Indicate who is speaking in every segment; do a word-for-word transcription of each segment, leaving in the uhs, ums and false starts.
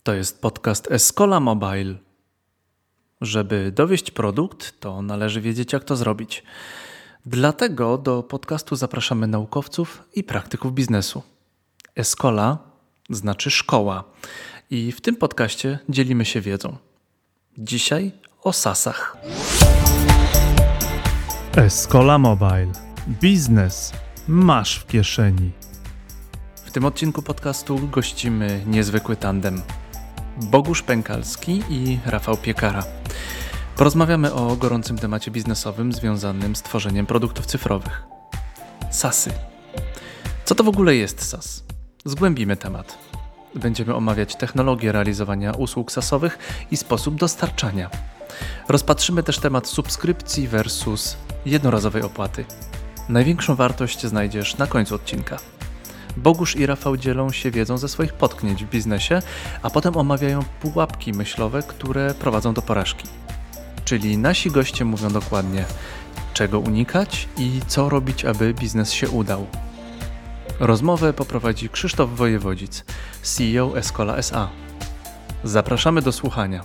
Speaker 1: To jest podcast Escola Mobile. Żeby dowieść produkt, to należy wiedzieć, jak to zrobić. Dlatego do podcastu zapraszamy naukowców i praktyków biznesu. Escola znaczy szkoła i w tym podcaście dzielimy się wiedzą. Dzisiaj o sasach. Escola Mobile. Biznes masz w kieszeni. W tym odcinku podcastu gościmy niezwykły tandem. Bogusz Pękalski i Rafał Piekara. Porozmawiamy o gorącym temacie biznesowym związanym z tworzeniem produktów cyfrowych. Sasy. Co to w ogóle jest SaaS? Zgłębimy temat. Będziemy omawiać technologię realizowania usług sasowych i sposób dostarczania. Rozpatrzymy też temat subskrypcji versus jednorazowej opłaty. Największą wartość znajdziesz na końcu odcinka. Bogusz i Rafał dzielą się wiedzą ze swoich potknięć w biznesie, a potem omawiają pułapki myślowe, które prowadzą do porażki. Czyli nasi goście mówią dokładnie, czego unikać i co robić, aby biznes się udał. Rozmowę poprowadzi Krzysztof Wojewodzic, C E O Escola S A. Zapraszamy do słuchania.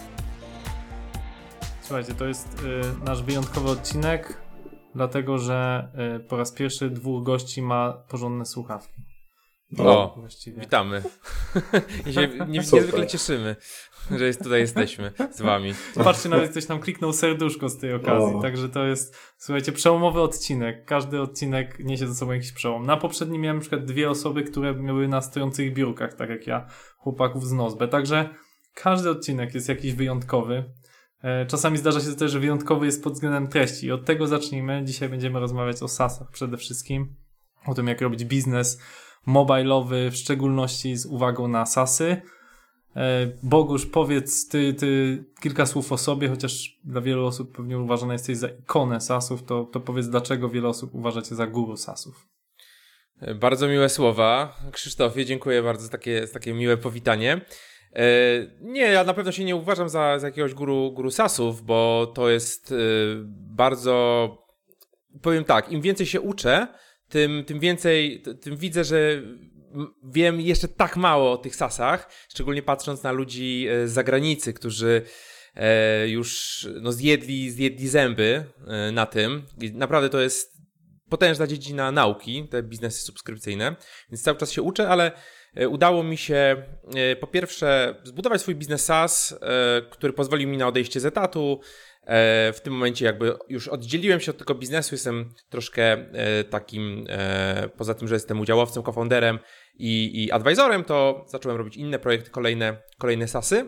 Speaker 2: Słuchajcie, to jest y, nasz wyjątkowy odcinek, dlatego że y, po raz pierwszy dwóch gości ma porządne słuchawki.
Speaker 3: O, właściwie. Witamy. I się nie, niezwykle cieszymy, że jest, tutaj jesteśmy z wami.
Speaker 2: Zobaczcie, nawet ktoś nam kliknął serduszko z tej okazji, o. Także to jest, słuchajcie, przełomowy odcinek. Każdy odcinek niesie ze sobą jakiś przełom. Na poprzednim miałem na przykład dwie osoby, które były na stojących biurkach, tak jak ja, chłopaków z Nozbe. Także każdy odcinek jest jakiś wyjątkowy. Czasami zdarza się też, że wyjątkowy jest pod względem treści. I od tego zacznijmy. Dzisiaj będziemy rozmawiać o sasach przede wszystkim. O tym, jak robić biznes mobilowy, w szczególności z uwagą na sasy. Bogusz, powiedz ty, ty kilka słów o sobie, chociaż dla wielu osób pewnie uważana jesteś za ikonę sasów, to, to powiedz, dlaczego wiele osób uważa cię za guru sasów.
Speaker 3: Bardzo miłe słowa. Krzysztofie, dziękuję bardzo za takie, za takie miłe powitanie. Nie, ja na pewno się nie uważam za, za jakiegoś guru, guru sasów, bo to jest bardzo, powiem tak, im więcej się uczę, tym, tym więcej, tym widzę, że wiem jeszcze tak mało o tych sasach, szczególnie patrząc na ludzi z zagranicy, którzy już no, zjedli, zjedli zęby na tym. I naprawdę to jest potężna dziedzina nauki, te biznesy subskrypcyjne, więc cały czas się uczę, ale udało mi się po pierwsze zbudować swój biznes SaaS, który pozwolił mi na odejście z etatu. W tym momencie jakby już oddzieliłem się od tego biznesu, jestem troszkę takim, poza tym, że jestem udziałowcem, cofounderem i, i advisorem, to zacząłem robić inne projekty, kolejne, kolejne SaaSy.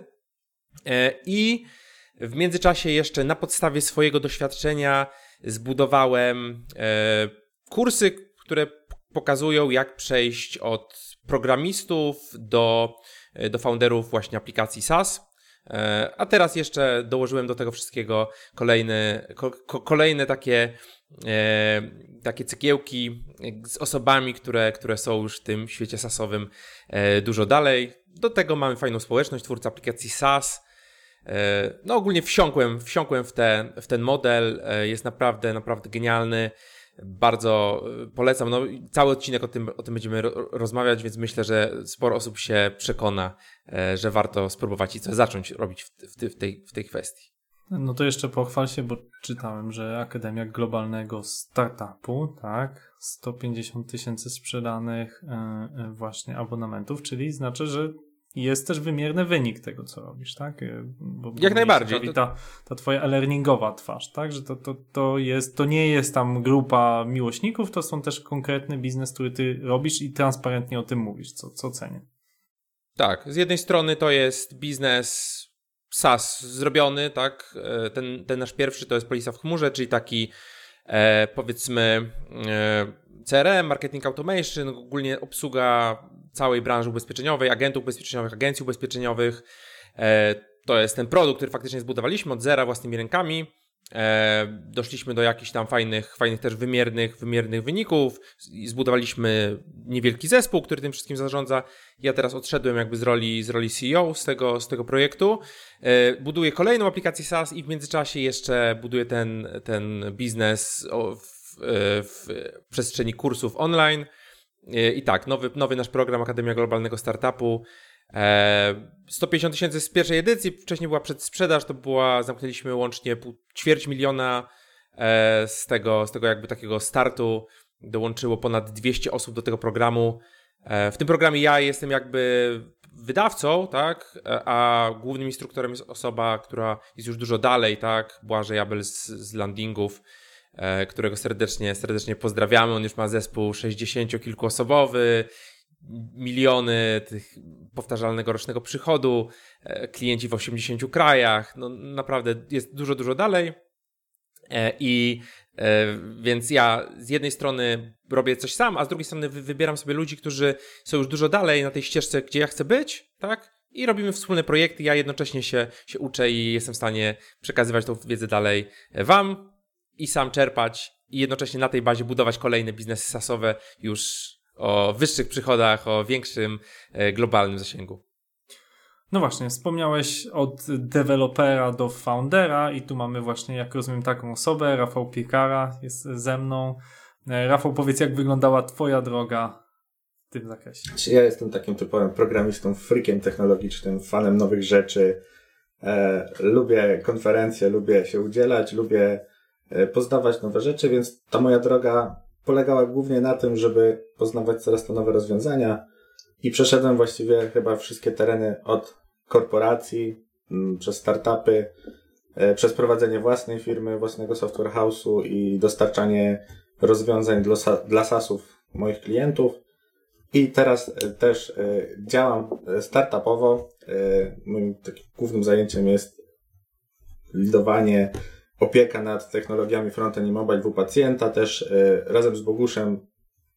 Speaker 3: I w międzyczasie jeszcze na podstawie swojego doświadczenia zbudowałem kursy, które pokazują, jak przejść od programistów do, do founderów właśnie aplikacji SaaS. A teraz jeszcze dołożyłem do tego wszystkiego kolejne, ko, kolejne takie, e, takie cegiełki z osobami, które, które są już w tym świecie SaaSowym e, dużo dalej. Do tego mamy fajną społeczność, twórcy aplikacji SaaS. E, no ogólnie wsiąkłem, wsiąkłem w, te, w ten model, e, jest naprawdę, naprawdę genialny. Bardzo polecam. No, cały odcinek o tym, o tym będziemy ro- rozmawiać, więc myślę, że sporo osób się przekona, e, że warto spróbować i coś zacząć robić w, w, w, tej, w tej kwestii.
Speaker 2: No to jeszcze pochwal się, bo czytałem, że Akademia Globalnego Startupu, tak, sto pięćdziesiąt tysięcy sprzedanych e, e, właśnie abonamentów, czyli znaczy, że jest też wymierny wynik tego, co robisz, tak? Bo, bo
Speaker 3: Jak najbardziej.
Speaker 2: To... Ta, ta twoja e-learningowa twarz, tak? Że to, to, to, jest, to nie jest tam grupa miłośników, to są też konkretny biznes, który ty robisz i transparentnie o tym mówisz, co, co cenię.
Speaker 3: Tak, z jednej strony to jest biznes SaaS zrobiony, tak? Ten, ten nasz pierwszy to jest Polisa w chmurze, czyli taki e, powiedzmy e, C R M, marketing automation, ogólnie obsługa całej branży ubezpieczeniowej, agentów ubezpieczeniowych, agencji ubezpieczeniowych. E, to jest ten produkt, który faktycznie zbudowaliśmy od zera własnymi rękami. E, doszliśmy do jakichś tam fajnych, fajnych też wymiernych, wymiernych wyników. Zbudowaliśmy niewielki zespół, który tym wszystkim zarządza. Ja teraz odszedłem jakby z roli, z roli C E O z tego, z tego projektu. E, buduję kolejną aplikację SaaS i w międzyczasie jeszcze buduję ten, ten biznes w, w przestrzeni kursów online. I tak, nowy, nowy nasz program Akademia Globalnego Startupu sto pięćdziesiąt tysięcy z pierwszej edycji, wcześniej była przedsprzedaż, to była, zamknęliśmy łącznie pół, ćwierć miliona z tego, z tego jakby takiego startu, dołączyło ponad dwieście osób do tego programu. W tym programie ja jestem jakby wydawcą, tak, a głównym instruktorem jest osoba, która jest już dużo dalej, tak, Błażej Abel z, z Landingów, którego serdecznie, serdecznie pozdrawiamy. On już ma zespół sześćdziesięciokilkuosobowy, miliony tych powtarzalnego rocznego przychodu, klienci w osiemdziesięciu krajach, no naprawdę jest dużo, dużo dalej. I więc ja z jednej strony robię coś sam, a z drugiej strony wybieram sobie ludzi, którzy są już dużo dalej na tej ścieżce, gdzie ja chcę być, tak? I robimy wspólne projekty, ja jednocześnie się, się uczę i jestem w stanie przekazywać tą wiedzę dalej wam i sam czerpać i jednocześnie na tej bazie budować kolejne biznesy sasowe już o wyższych przychodach, o większym globalnym zasięgu.
Speaker 2: No właśnie, wspomniałeś od dewelopera do foundera i tu mamy właśnie, jak rozumiem, taką osobę, Rafał Piekara jest ze mną. Rafał, powiedz, jak wyglądała twoja droga w tym zakresie?
Speaker 4: Ja jestem takim typowym programistą, freakiem technologicznym, fanem nowych rzeczy. E, lubię konferencje, lubię się udzielać, lubię e, poznawać nowe rzeczy, więc ta moja droga polegała głównie na tym, żeby poznawać coraz to nowe rozwiązania i przeszedłem właściwie chyba wszystkie tereny od korporacji, m, przez startupy, e, przez prowadzenie własnej firmy, własnego software house'u i dostarczanie rozwiązań dla, dla SaaS-ów moich klientów. I teraz e, też e, działam startupowo. E, moim takim głównym zajęciem jest lidowanie, opieka nad technologiami frontend i mobile w pacjenta. Też e, razem z Boguszem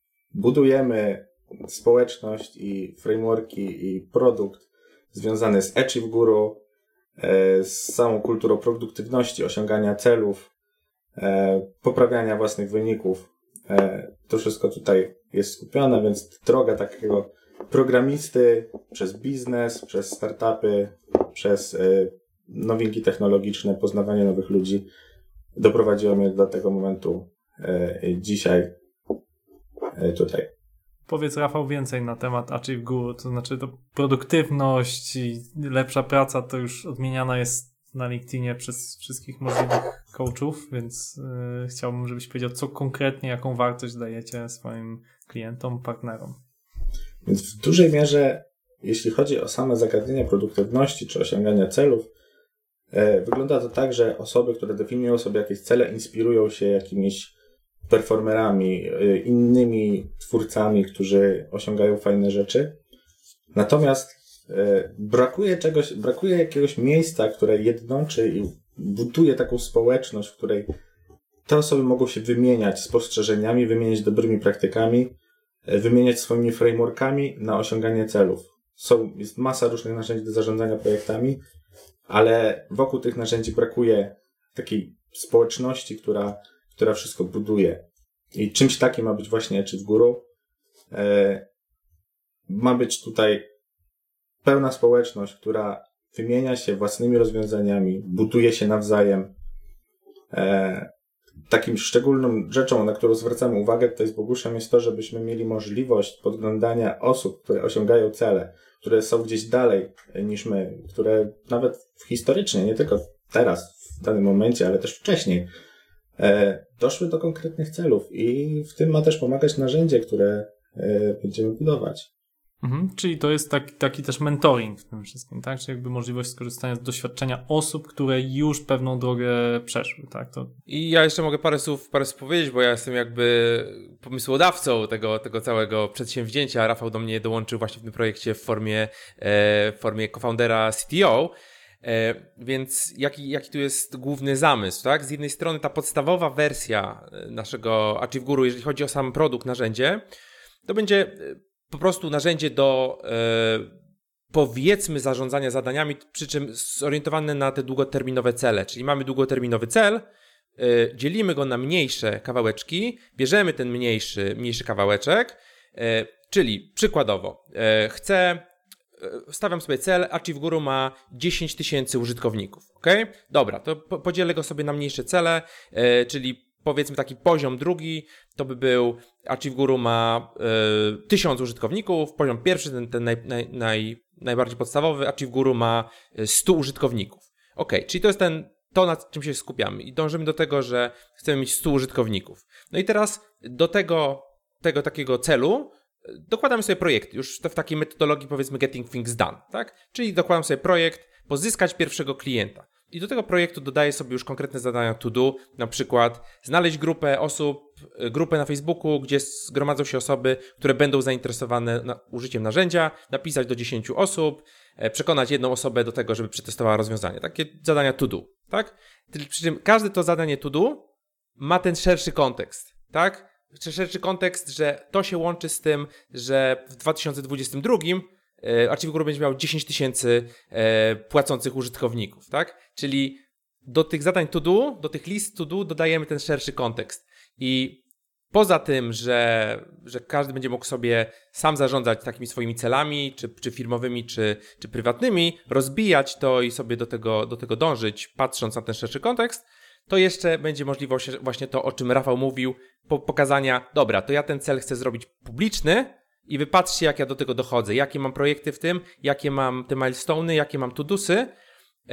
Speaker 4: budujemy społeczność i frameworki i produkt związany z Achieve Guru, e, z samą kulturą produktywności, osiągania celów, e, poprawiania własnych wyników. E, to wszystko tutaj jest skupione, więc droga takiego programisty przez biznes, przez startupy, przez e, nowinki technologiczne, poznawanie nowych ludzi doprowadziło mnie do tego momentu e, dzisiaj e, tutaj.
Speaker 2: Powiedz, Rafał, więcej na temat Achieve Guru, to znaczy to produktywność i lepsza praca to już odmieniana jest na LinkedInie przez wszystkich możliwych coachów, więc yy, chciałbym, żebyś powiedział, co konkretnie, jaką wartość dajecie swoim klientom, partnerom.
Speaker 4: Więc w dużej mierze, jeśli chodzi o same zagadnienia produktywności czy osiągania celów, e, wygląda to tak, że osoby, które definiują sobie jakieś cele, inspirują się jakimiś performerami, innymi twórcami, którzy osiągają fajne rzeczy. Natomiast e, brakuje czegoś, brakuje jakiegoś miejsca, które jednoczy i buduje taką społeczność, w której te osoby mogą się wymieniać spostrzeżeniami, wymieniać dobrymi praktykami, e, wymieniać swoimi frameworkami na osiąganie celów. Są, jest masa różnych narzędzi do zarządzania projektami, ale wokół tych narzędzi brakuje takiej społeczności, która która wszystko buduje. I czymś takim ma być właśnie Achieve Guru. E, ma być tutaj pełna społeczność, która wymienia się własnymi rozwiązaniami, buduje się nawzajem. E, takim szczególną rzeczą, na którą zwracamy uwagę tutaj z Boguszem, jest to, żebyśmy mieli możliwość podglądania osób, które osiągają cele, które są gdzieś dalej niż my, które nawet historycznie, nie tylko teraz, w danym momencie, ale też wcześniej, doszły do konkretnych celów i w tym ma też pomagać narzędzie, które będziemy budować.
Speaker 2: Mhm, czyli to jest taki, taki też mentoring w tym wszystkim, tak? Czyli jakby możliwość skorzystania z doświadczenia osób, które już pewną drogę przeszły, tak? To...
Speaker 3: I ja jeszcze mogę parę słów, parę słów powiedzieć, bo ja jestem jakby pomysłodawcą tego, tego całego przedsięwzięcia. Rafał do mnie dołączył właśnie w tym projekcie w formie, w formie co-foundera C T O. E, więc jaki, jaki tu jest główny zamysł, tak? Z jednej strony ta podstawowa wersja naszego Achieve Guru, jeżeli chodzi o sam produkt, narzędzie, to będzie po prostu narzędzie do e, powiedzmy zarządzania zadaniami, przy czym zorientowane na te długoterminowe cele, czyli mamy długoterminowy cel, e, dzielimy go na mniejsze kawałeczki, bierzemy ten mniejszy, mniejszy kawałeczek, e, czyli przykładowo e, chcę stawiam sobie cel, Achieve Guru ma dziesięć tysięcy użytkowników, ok? Dobra, to po- podzielę go sobie na mniejsze cele, yy, czyli powiedzmy taki poziom drugi, to by był Achieve Guru ma yy, tysiąc użytkowników, poziom pierwszy, ten, ten naj, naj, naj, najbardziej podstawowy, Achieve Guru ma stu użytkowników. Ok, czyli to jest ten, to nad czym się skupiamy i dążymy do tego, że chcemy mieć stu użytkowników. No i teraz do tego, tego takiego celu dokładamy sobie projekt, już w takiej metodologii powiedzmy Getting Things Done, tak? Czyli dokładam sobie projekt, pozyskać pierwszego klienta. I do tego projektu dodaję sobie już konkretne zadania to do, na przykład znaleźć grupę osób, grupę na Facebooku, gdzie zgromadzą się osoby, które będą zainteresowane na, użyciem narzędzia, napisać do dziesięciu osób, przekonać jedną osobę do tego, żeby przetestowała rozwiązanie. Takie zadania to do, tak? Przy czym każde to zadanie to do ma ten szerszy kontekst, tak? Szerszy kontekst, że to się łączy z tym, że w dwa tysiące dwudziestym drugim Achieve Guru będzie miał dziesięć tysięcy e, płacących użytkowników, tak? Czyli do tych zadań to do, do tych list to do dodajemy ten szerszy kontekst. I poza tym, że, że każdy będzie mógł sobie sam zarządzać takimi swoimi celami, czy, czy firmowymi, czy, czy prywatnymi, rozbijać to i sobie do tego, do tego dążyć, patrząc na ten szerszy kontekst, to jeszcze będzie możliwość właśnie to, o czym Rafał mówił, po, pokazania, dobra, to ja ten cel chcę zrobić publiczny, i wypatrzcie, jak ja do tego dochodzę, jakie mam projekty w tym, jakie mam te milestone'y, jakie mam to-dosy yy,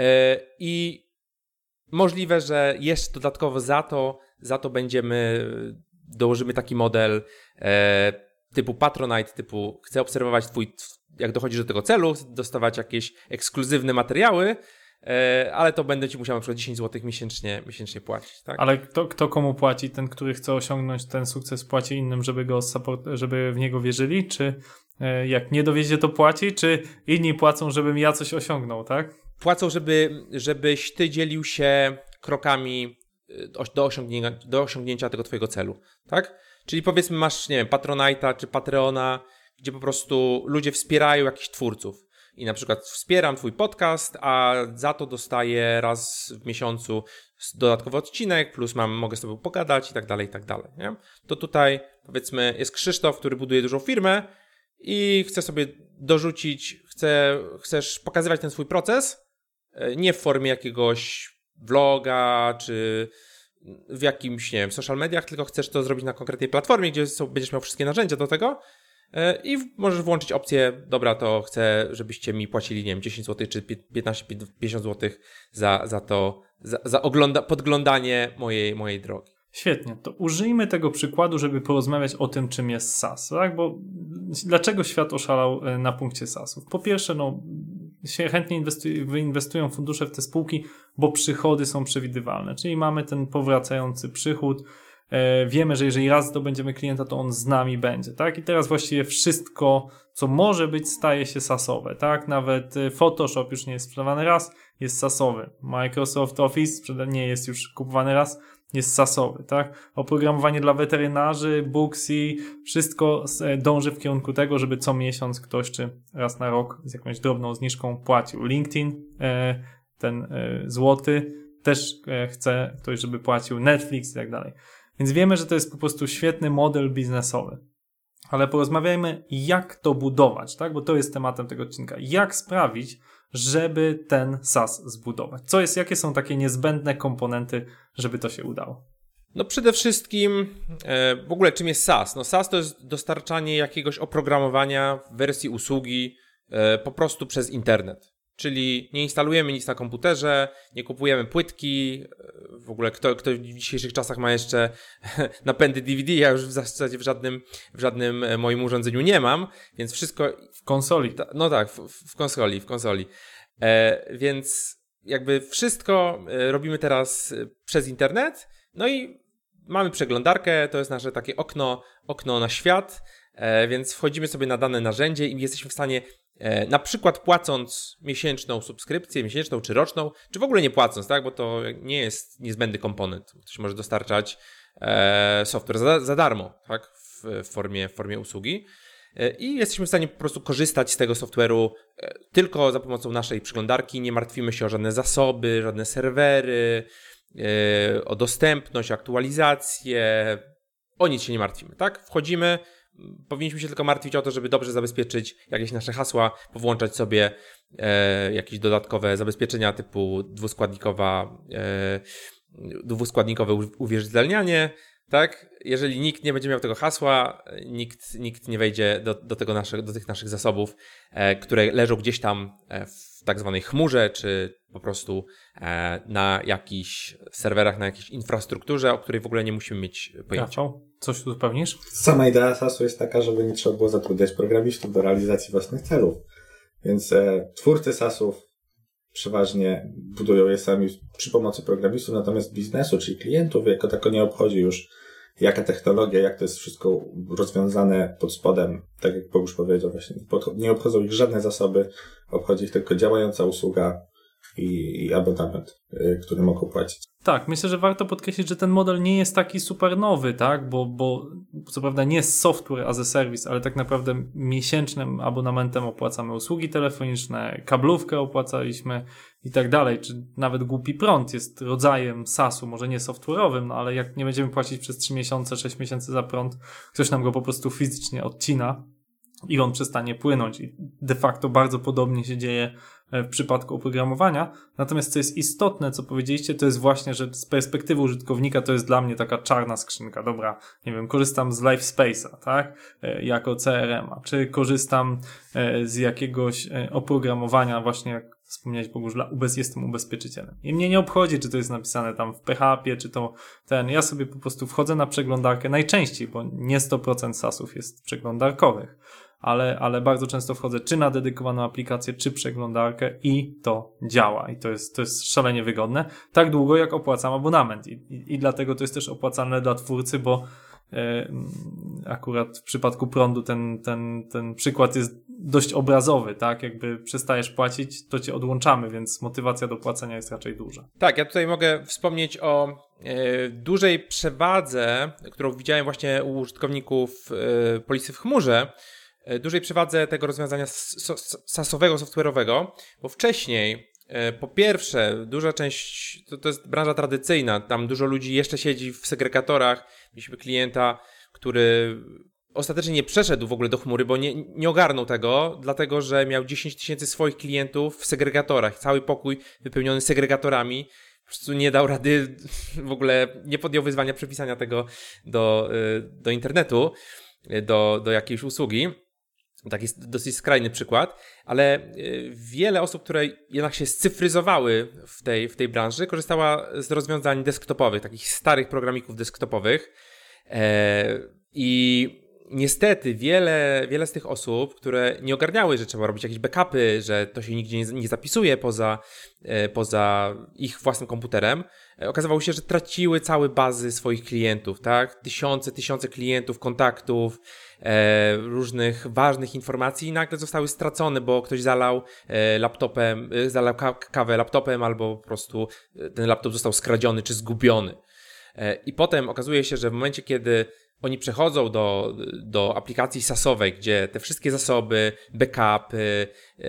Speaker 3: i możliwe, że jeszcze dodatkowo za to, za to będziemy, dołożymy taki model yy, typu Patronite, typu chcę obserwować twój, jak dochodzisz do tego celu, dostawać jakieś ekskluzywne materiały, ale to będę ci musiał na przykład dziesięć złotych miesięcznie, miesięcznie płacić. Tak?
Speaker 2: Ale kto, kto komu płaci? Ten, który chce osiągnąć ten sukces, płaci innym, żeby go support, żeby w niego wierzyli? Czy e, jak nie dowiezie, to płaci? Czy inni płacą, żebym ja coś osiągnął, tak?
Speaker 3: Płacą, żeby, żebyś ty dzielił się krokami do osiągnięcia, do osiągnięcia tego twojego celu. Tak? Czyli powiedzmy masz, nie wiem, Patronite'a czy Patreona, gdzie po prostu ludzie wspierają jakichś twórców. I na przykład wspieram twój podcast, a za to dostaję raz w miesiącu dodatkowy odcinek, plus mam, mogę z tobą pogadać i tak dalej, i tak dalej. Nie? To tutaj powiedzmy jest Krzysztof, który buduje dużą firmę i chce sobie dorzucić, chce, chcesz pokazywać ten swój proces, nie w formie jakiegoś vloga, czy w jakimś, nie wiem, social mediach, tylko chcesz to zrobić na konkretnej platformie, gdzie są, będziesz miał wszystkie narzędzia do tego, i możesz włączyć opcję, dobra, to chcę, żebyście mi płacili, nie wiem, dziesięć złotych czy piętnaście, pięćdziesiąt złotych za, za to, za, za ogląda, podglądanie mojej, mojej drogi.
Speaker 2: Świetnie, to użyjmy tego przykładu, żeby porozmawiać o tym, czym jest SaaS, tak? Bo dlaczego świat oszalał na punkcie SaaSów? Po pierwsze, no, się chętnie inwestuj, wyinwestują fundusze w te spółki, bo przychody są przewidywalne, czyli mamy ten powracający przychód. Wiemy, że jeżeli raz zdobędziemy klienta, to on z nami będzie, tak? I teraz właściwie wszystko, co może być, staje się SaaSowe, tak? Nawet Photoshop już nie jest sprzedawany raz, jest SaaSowy. Microsoft Office nie jest już kupowany raz, jest SaaSowy, tak? Oprogramowanie dla weterynarzy, Booksy, wszystko dąży w kierunku tego, żeby co miesiąc ktoś, czy raz na rok z jakąś drobną zniżką płacił. LinkedIn, ten złoty, też chce ktoś, żeby płacił, Netflix i tak dalej. Więc wiemy, że to jest po prostu świetny model biznesowy. Ale porozmawiajmy, jak to budować, tak? Bo to jest tematem tego odcinka. Jak sprawić, żeby ten SaaS zbudować? Co jest, jakie są takie niezbędne komponenty, żeby to się udało?
Speaker 3: No przede wszystkim e, w ogóle czym jest SaaS? No SaaS to jest dostarczanie jakiegoś oprogramowania w wersji usługi e, po prostu przez internet. Czyli nie instalujemy nic na komputerze, nie kupujemy płytki, w ogóle kto, kto w dzisiejszych czasach ma jeszcze napędy D V D, ja już w zasadzie w żadnym, w żadnym moim urządzeniu nie mam, więc wszystko...
Speaker 2: W konsoli.
Speaker 3: Ta, no tak, w, w konsoli, w konsoli. E, więc jakby wszystko robimy teraz przez internet, no i mamy przeglądarkę, to jest nasze takie okno, okno na świat, e, więc wchodzimy sobie na dane narzędzie i jesteśmy w stanie na przykład płacąc miesięczną subskrypcję, miesięczną czy roczną, czy w ogóle nie płacąc, tak, bo to nie jest niezbędny komponent. Ktoś może dostarczać e, software za, za darmo, tak, w, w, formie, w formie usługi e, i jesteśmy w stanie po prostu korzystać z tego software'u e, tylko za pomocą naszej przeglądarki, nie martwimy się o żadne zasoby, żadne serwery, e, o dostępność, aktualizację, o nic się nie martwimy, tak, wchodzimy. Powinniśmy się tylko martwić o to, żeby dobrze zabezpieczyć jakieś nasze hasła, powłączać sobie e, jakieś dodatkowe zabezpieczenia typu dwuskładnikowa, e, dwuskładnikowe uwierzytelnianie, tak? Jeżeli nikt nie będzie miał tego hasła, nikt, nikt nie wejdzie do, do, tego naszych, do tych naszych zasobów, e, które leżą gdzieś tam e, w tak zwanej chmurze, czy po prostu e, na jakichś serwerach, na jakiejś infrastrukturze, o której w ogóle nie musimy mieć pojęcia.
Speaker 2: Rafał, coś tu spełnisz?
Speaker 4: Sama idea sasu jest taka, żeby nie trzeba było zatrudniać programistów do realizacji własnych celów. Więc e, twórcy sasów przeważnie budują je sami przy pomocy programistów, natomiast biznesu, czyli klientów, jako tako nie obchodzi już jaka technologia, jak to jest wszystko rozwiązane pod spodem, tak jak Bogusz powiedział właśnie. Nie obchodzą ich żadne zasoby, obchodzi ich tylko działająca usługa i, i abonament, y, który mogą płacić.
Speaker 2: Tak, myślę, że warto podkreślić, że ten model nie jest taki super nowy, tak, bo, bo co prawda nie jest software as a service, ale tak naprawdę miesięcznym abonamentem opłacamy usługi telefoniczne, kablówkę opłacaliśmy i tak dalej, czy nawet głupi prąd jest rodzajem sasu, może nie software'owym, no ale jak nie będziemy płacić przez trzy miesiące, sześć miesięcy za prąd, ktoś nam go po prostu fizycznie odcina i on przestanie płynąć i de facto bardzo podobnie się dzieje w przypadku oprogramowania. Natomiast co jest istotne, co powiedzieliście, to jest właśnie, że z perspektywy użytkownika to jest dla mnie taka czarna skrzynka. Dobra, nie wiem, korzystam z LiveSpace'a, tak, jako C R M a, czy korzystam z jakiegoś oprogramowania właśnie, jak wspomniałeś, Bogusz, jestem ubezpieczycielem. I mnie nie obchodzi, czy to jest napisane tam w P H P, czy to ten, ja sobie po prostu wchodzę na przeglądarkę najczęściej, bo nie sto procent sasów jest przeglądarkowych. Ale, ale bardzo często wchodzę czy na dedykowaną aplikację, czy przeglądarkę i to działa. I to jest, to jest szalenie wygodne. Tak długo, jak opłacam abonament. I, i, i dlatego to jest też opłacalne dla twórcy, bo e, akurat w przypadku prądu ten, ten, ten przykład jest dość obrazowy, tak? Jakby przestajesz płacić, to cię odłączamy, więc motywacja do płacenia jest raczej duża.
Speaker 3: Tak, ja tutaj mogę wspomnieć o e, dużej przewadze, którą widziałem właśnie u użytkowników e, Polisy w chmurze, dużej przewadze tego rozwiązania sasowego, software'owego, bo wcześniej, po pierwsze, duża część, to, to jest branża tradycyjna, tam dużo ludzi jeszcze siedzi w segregatorach. Mieliśmy klienta, który ostatecznie nie przeszedł w ogóle do chmury, bo nie, nie ogarnął tego, dlatego że miał dziesięć tysięcy swoich klientów w segregatorach, cały pokój wypełniony segregatorami. Po prostu nie dał rady, w ogóle nie podjął wyzwania przepisania tego do, do internetu, do, do jakiejś usługi. Tak jest dosyć skrajny przykład, ale wiele osób, które jednak się scyfryzowały w tej, w tej branży, korzystała z rozwiązań desktopowych, takich starych programików desktopowych i niestety wiele, wiele z tych osób, które nie ogarniały, że trzeba robić jakieś backupy, że to się nigdzie nie, nie zapisuje poza, poza ich własnym komputerem, okazywało się, że traciły całe bazy swoich klientów, tak? Tysiące, tysiące klientów, kontaktów, e, różnych ważnych informacji i nagle zostały stracone, bo ktoś zalał e, laptopem, e, zalał ka- kawę laptopem albo po prostu ten laptop został skradziony czy zgubiony. E, I potem okazuje się, że w momencie, kiedy oni przechodzą do, do aplikacji sasowej, gdzie te wszystkie zasoby, backupy, e,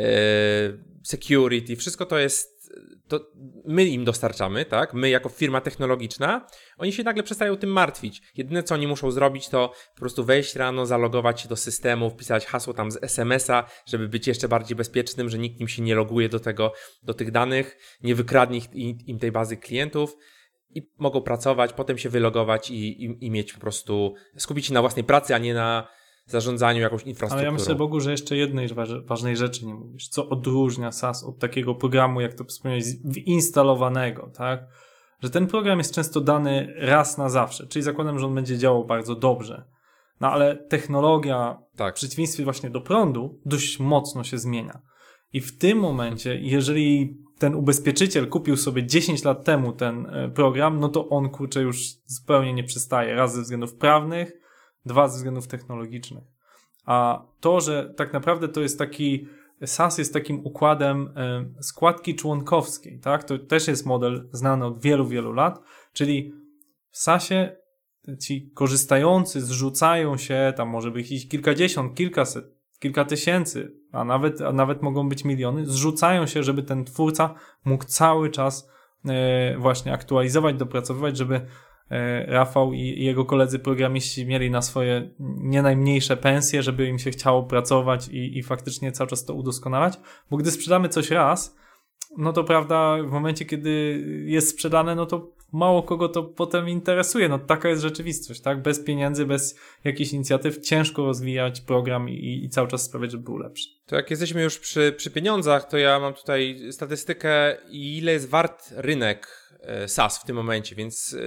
Speaker 3: security, wszystko to jest, to my im dostarczamy, tak? My jako firma technologiczna, oni się nagle przestają tym martwić. Jedyne, co oni muszą zrobić, to po prostu wejść rano, zalogować się do systemu, wpisać hasło tam z es em es a, żeby być jeszcze bardziej bezpiecznym, że nikt im się nie loguje do tego, do tych danych, nie wykradnie im tej bazy klientów. I mogą pracować, potem się wylogować i, i, i mieć po prostu, skupić się na własnej pracy, a nie na zarządzaniu jakąś infrastrukturą.
Speaker 2: Ale ja myślę, Bogu, że jeszcze jednej ważnej rzeczy nie mówisz. Co odróżnia sas od takiego programu, jak to wspomniałeś, instalowanego, tak? Że ten program jest często dany raz na zawsze, czyli zakładam, że on będzie działał bardzo dobrze. No ale technologia,
Speaker 3: tak,
Speaker 2: w przeciwieństwie właśnie do prądu, dość mocno się zmienia. I w tym momencie, jeżeli ten ubezpieczyciel kupił sobie dziesięć lat temu ten program, no to on, kurczę, już zupełnie nie przystaje. Raz ze względów prawnych, dwa ze względów technologicznych. A to, że tak naprawdę to jest taki, sas jest takim układem y, składki członkowskiej, tak? To też jest model znany od wielu, wielu lat, czyli w sasie ci korzystający zrzucają się, tam może być ich kilkadziesiąt, kilkaset, kilka tysięcy, a nawet, a nawet mogą być miliony, zrzucają się, żeby ten twórca mógł cały czas y, właśnie aktualizować, dopracowywać, żeby Rafał i jego koledzy programiści mieli na swoje nie najmniejsze pensje, żeby im się chciało pracować i, i faktycznie cały czas to udoskonalać, bo gdy sprzedamy coś raz, no to prawda, w momencie, kiedy jest sprzedane, no to mało kogo to potem interesuje. No taka jest rzeczywistość, tak? Bez pieniędzy, bez jakichś inicjatyw ciężko rozwijać program i, i cały czas sprawiać, żeby był lepszy.
Speaker 3: To jak jesteśmy już przy, przy pieniądzach, to ja mam tutaj statystykę, ile jest wart rynek SaaS w tym momencie, więc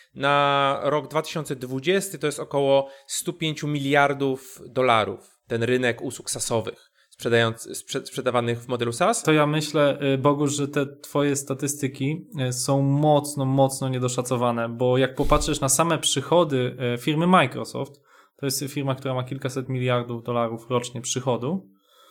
Speaker 3: na rok dwa tysiące dwudziesty to jest około sto pięć miliardów dolarów, ten rynek usług SaaSowych sprzedając, sprze, sprzedawanych w modelu SaaS.
Speaker 2: To ja myślę, Bogusz, że te twoje statystyki są mocno, mocno niedoszacowane, bo jak popatrzysz na same przychody firmy Microsoft, to jest firma, która ma kilkaset miliardów dolarów rocznie przychodu,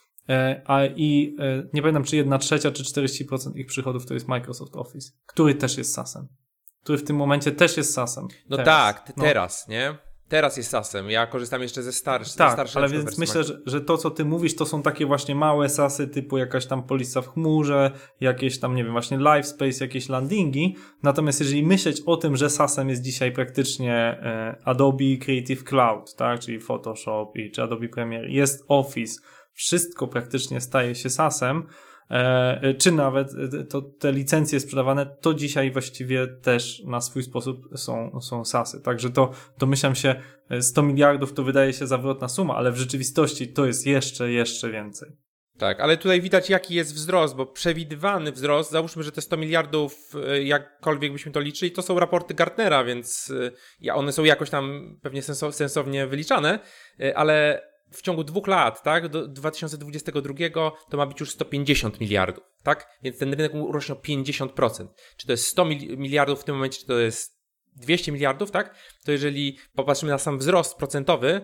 Speaker 2: a i nie pamiętam, czy jedna trzecia, czy czterdzieści procent ich przychodów to jest Microsoft Office, który też jest SaaSem, który w tym momencie też jest SaaSem.
Speaker 3: No
Speaker 2: teraz.
Speaker 3: tak, t-
Speaker 2: no.
Speaker 3: teraz, nie? Teraz jest SaaSem. Ja korzystam jeszcze ze, star- ze
Speaker 2: tak,
Speaker 3: starszych.
Speaker 2: ale więc myślę, że, że to, co ty mówisz, to są takie właśnie małe SaaSy typu jakaś tam polisa w chmurze, jakieś tam, nie wiem, właśnie LiveSpace, jakieś landingi. Natomiast jeżeli myśleć o tym, że SaaSem jest dzisiaj praktycznie e, Adobe Creative Cloud, tak, czyli Photoshop i, czy Adobe Premiere, jest Office, wszystko praktycznie staje się SaaSem, e, czy nawet to, te licencje sprzedawane, to dzisiaj właściwie też na swój sposób są, są SaaSy. Także to domyślam się, sto miliardów to wydaje się zawrotna suma, ale w rzeczywistości to jest jeszcze, jeszcze więcej.
Speaker 3: Tak, ale tutaj widać, jaki jest wzrost, bo przewidywany wzrost, załóżmy, że te sto miliardów, jakkolwiek byśmy to liczyli, to są raporty Gartnera, więc one są jakoś tam pewnie sensownie wyliczane, ale w ciągu dwóch lat, tak, do dwa tysiące dwudziestego drugiego to ma być już sto pięćdziesiąt miliardów, tak? Więc ten rynek urośnie o pięćdziesiąt procent. Czy to jest sto miliardów w tym momencie, czy to jest dwieście miliardów, tak? To jeżeli popatrzymy na sam wzrost procentowy,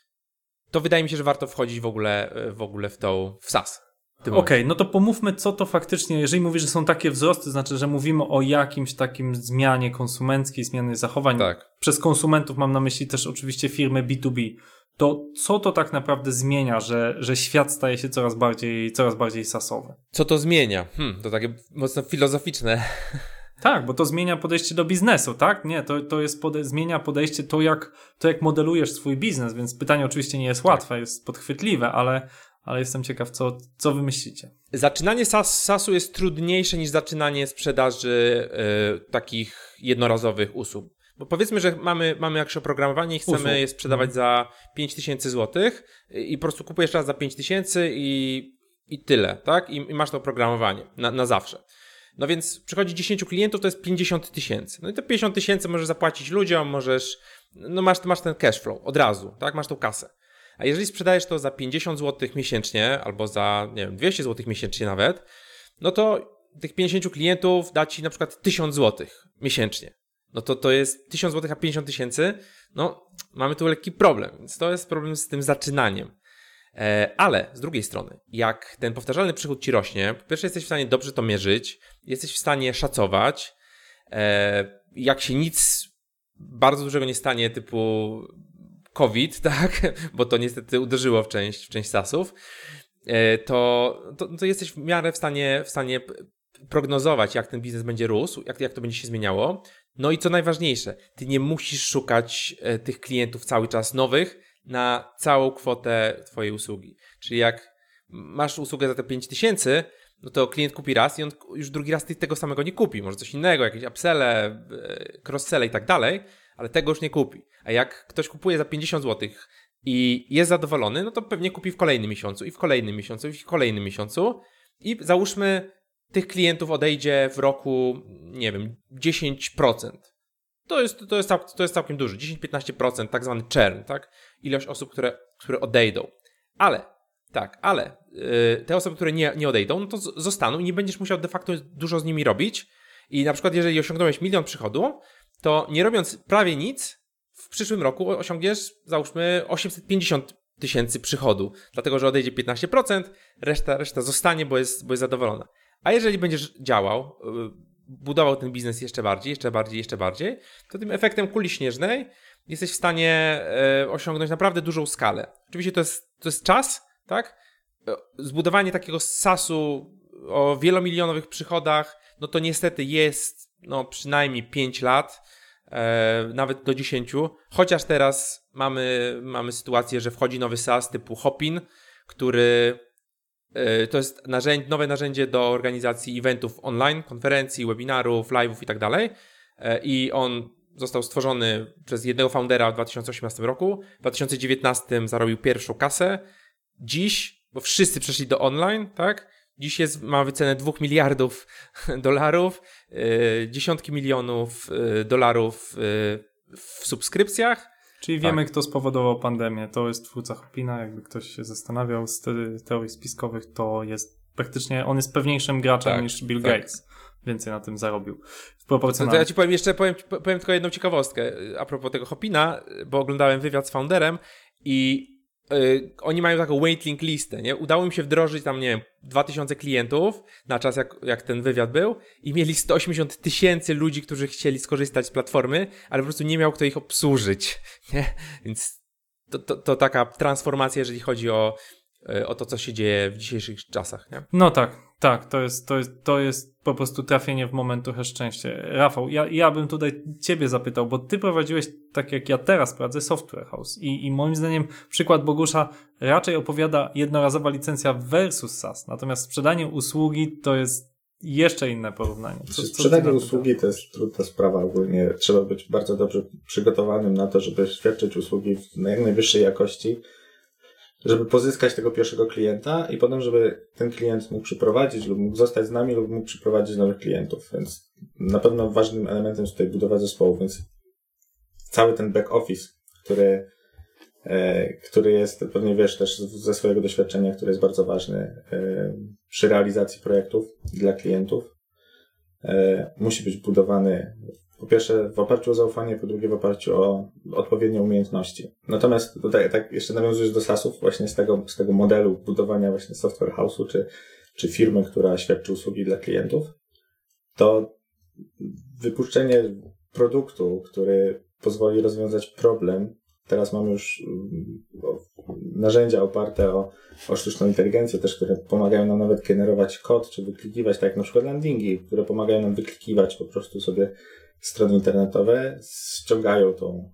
Speaker 3: to wydaje mi się, że warto wchodzić w ogóle w, ogóle w tą, w SaaS.
Speaker 2: Okej, okay, no to pomówmy, co to faktycznie, jeżeli mówisz, że są takie wzrosty, znaczy, że mówimy o jakimś takim zmianie konsumenckiej, zmianie zachowań.
Speaker 3: Tak.
Speaker 2: Przez konsumentów mam na myśli też oczywiście firmy B dwa B. To co to tak naprawdę zmienia, że, że świat staje się coraz bardziej, coraz bardziej SaaSowy?
Speaker 3: Co to zmienia? Hmm, to takie mocno filozoficzne.
Speaker 2: Tak, bo to zmienia podejście do biznesu, tak? Nie, to, to jest pode- zmienia podejście to jak, to, jak modelujesz swój biznes, więc pytanie oczywiście nie jest łatwe, tak. Jest podchwytliwe, ale, ale jestem ciekaw, co, co wy myślicie.
Speaker 3: Zaczynanie SaaS, SaaSu jest trudniejsze niż zaczynanie sprzedaży yy, takich jednorazowych usług. Bo powiedzmy, że mamy, mamy jakieś oprogramowanie i chcemy Usług. je sprzedawać za pięć tysięcy złotych i po prostu kupujesz raz za pięć tysięcy i, i tyle, tak? I, i masz to oprogramowanie na, na zawsze. No więc przychodzi dziesięciu klientów, to jest pięćdziesiąt tysięcy. No i te pięćdziesiąt tysięcy możesz zapłacić ludziom, możesz, no masz, masz ten cash flow od razu, tak? Masz tą kasę. A jeżeli sprzedajesz to za pięćdziesiąt złotych miesięcznie albo za, nie wiem, dwieście złotych miesięcznie nawet, no to tych pięćdziesięciu klientów da ci na przykład tysiąc złotych miesięcznie. No to to jest tysiąc złotych a pięćdziesiąt tysięcy, no mamy tu lekki problem, więc to jest problem z tym zaczynaniem. E, ale z drugiej strony, jak ten powtarzalny przychód ci rośnie, po pierwsze jesteś w stanie dobrze to mierzyć, jesteś w stanie szacować, e, jak się nic bardzo dużego nie stanie typu COVID, tak, bo to niestety uderzyło w część, w część SaaSów, e, to, to, to jesteś w miarę w stanie, w stanie prognozować, jak ten biznes będzie rósł, jak, jak to będzie się zmieniało. No i co najważniejsze, ty nie musisz szukać e, tych klientów cały czas nowych na całą kwotę twojej usługi. Czyli jak masz usługę za te pięć tysięcy, no to klient kupi raz i on już drugi raz tego samego nie kupi. Może coś innego, jakieś upselle, e, cross-selle i tak dalej, ale tego już nie kupi. A jak ktoś kupuje za pięćdziesiąt złotych i jest zadowolony, no to pewnie kupi w kolejnym miesiącu i w kolejnym miesiącu i w kolejnym miesiącu i załóżmy tych klientów odejdzie w roku, nie wiem, dziesięć procent. To jest, to jest, to jest całkiem dużo. dziesięć do piętnastu procent, tak zwany churn, tak? Ilość osób, które, które odejdą. Ale, tak, ale yy, te osoby, które nie, nie odejdą, no to z- zostaną i nie będziesz musiał de facto dużo z nimi robić. I na przykład, jeżeli osiągnąłeś milion przychodu, to nie robiąc prawie nic, w przyszłym roku osiągniesz, załóżmy, osiemset pięćdziesiąt tysięcy przychodu. Dlatego, że odejdzie piętnaście procent, reszta, reszta zostanie, bo jest, bo jest zadowolona. A jeżeli będziesz działał, budował ten biznes jeszcze bardziej, jeszcze bardziej, jeszcze bardziej, to tym efektem kuli śnieżnej jesteś w stanie e, osiągnąć naprawdę dużą skalę. Oczywiście to jest, to jest czas, tak? Zbudowanie takiego SaaSu o wielomilionowych przychodach, no to niestety jest no, przynajmniej pięć lat, e, nawet do dziesięciu. Chociaż teraz mamy, mamy sytuację, że wchodzi nowy SaaS typu Hopin, który to jest narzędzie, nowe narzędzie do organizacji eventów online, konferencji, webinarów, live'ów i tak dalej. i on został stworzony przez jednego foundera w dwa tysiące osiemnastym roku. W dwa tysiące dziewiętnastym zarobił pierwszą kasę. Dziś, bo wszyscy przeszli do online, tak? Dziś jest, ma wycenę dwóch miliardów dolarów, yy, dziesiątki milionów yy, dolarów yy, w subskrypcjach.
Speaker 2: Czyli wiemy, tak. kto spowodował pandemię. To jest twórca Hopina, jakby ktoś się zastanawiał z te- teorii spiskowych, to jest praktycznie, on jest pewniejszym graczem tak, niż Bill tak. Gates. Więcej na tym zarobił. W proporcjonalności.
Speaker 3: To ja ci powiem jeszcze, powiem, powiem tylko jedną ciekawostkę a propos tego Hopina, bo oglądałem wywiad z founderem i yy, oni mają taką waiting listę, nie? Udało im się wdrożyć tam, nie wiem, dwa tysiące klientów na czas, jak, jak ten wywiad był i mieli sto osiemdziesiąt tysięcy ludzi, którzy chcieli skorzystać z platformy, ale po prostu nie miał kto ich obsłużyć, nie? Więc to, to, to taka transformacja, jeżeli chodzi o o to, co się dzieje w dzisiejszych czasach, nie?
Speaker 2: No tak, tak, to jest, to jest, to jest po prostu trafienie w moment trochę szczęścia. Rafał, ja, ja bym tutaj ciebie zapytał, bo ty prowadziłeś, tak jak ja teraz prowadzę, Software House i, i moim zdaniem przykład Bogusza raczej opowiada jednorazowa licencja versus SaaS, natomiast sprzedanie usługi to jest jeszcze inne porównanie. Co, co
Speaker 4: sprzedanie usługi to jest trudna sprawa ogólnie. Trzeba być bardzo dobrze przygotowanym na to, żeby świadczyć usługi w jak najwyższej jakości, żeby pozyskać tego pierwszego klienta i potem, żeby ten klient mógł przyprowadzić lub mógł zostać z nami lub mógł przyprowadzić nowych klientów. Więc na pewno ważnym elementem jest tutaj budowa zespołu, więc cały ten back office, który, e, który jest, pewnie wiesz też ze swojego doświadczenia, który jest bardzo ważny e, przy realizacji projektów dla klientów, e, musi być budowany po pierwsze w oparciu o zaufanie, po drugie w oparciu o odpowiednie umiejętności. Natomiast tutaj tak jeszcze nawiązując do SaaSów, właśnie z tego, z tego modelu budowania właśnie software house'u, czy, czy firmy, która świadczy usługi dla klientów, to wypuszczenie produktu, który pozwoli rozwiązać problem. Teraz mamy już narzędzia oparte o, o sztuczną inteligencję też, które pomagają nam nawet generować kod, czy wyklikiwać, tak jak na przykład landingi, które pomagają nam wyklikiwać po prostu sobie strony internetowe, ściągają tą,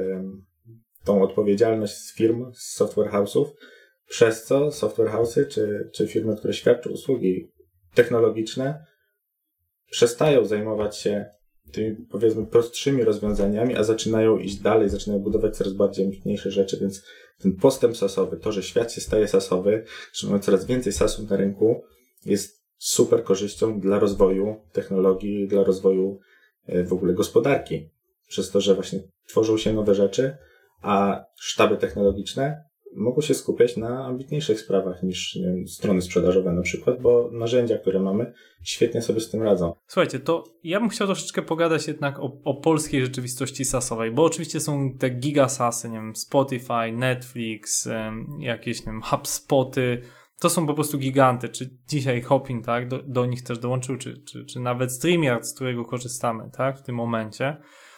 Speaker 4: tą odpowiedzialność z firm, z software house'ów, przez co software house'y czy, czy firmy, które świadczą usługi technologiczne, przestają zajmować się tymi, powiedzmy, prostszymi rozwiązaniami, a zaczynają iść dalej, zaczynają budować coraz bardziej ambitniejsze rzeczy, więc ten postęp sasowy, to, że świat się staje sasowy, że mamy coraz więcej sasów na rynku, jest super korzyścią dla rozwoju technologii, dla rozwoju w ogóle gospodarki. Przez to, że właśnie tworzą się nowe rzeczy, a sztaby technologiczne mogą się skupiać na ambitniejszych sprawach niż nie wiem, strony sprzedażowe na przykład, bo narzędzia, które mamy, świetnie sobie z tym radzą.
Speaker 2: Słuchajcie, to ja bym chciał troszeczkę pogadać jednak o, o polskiej rzeczywistości sasowej, bo oczywiście są te gigasasy, nie wiem, Spotify, Netflix, um, jakieś, nie wiem, HubSpoty, to są po prostu giganty, czy dzisiaj Hopin, tak, do, do nich też dołączył, czy, czy, czy nawet StreamYard, z którego korzystamy, tak, w tym momencie.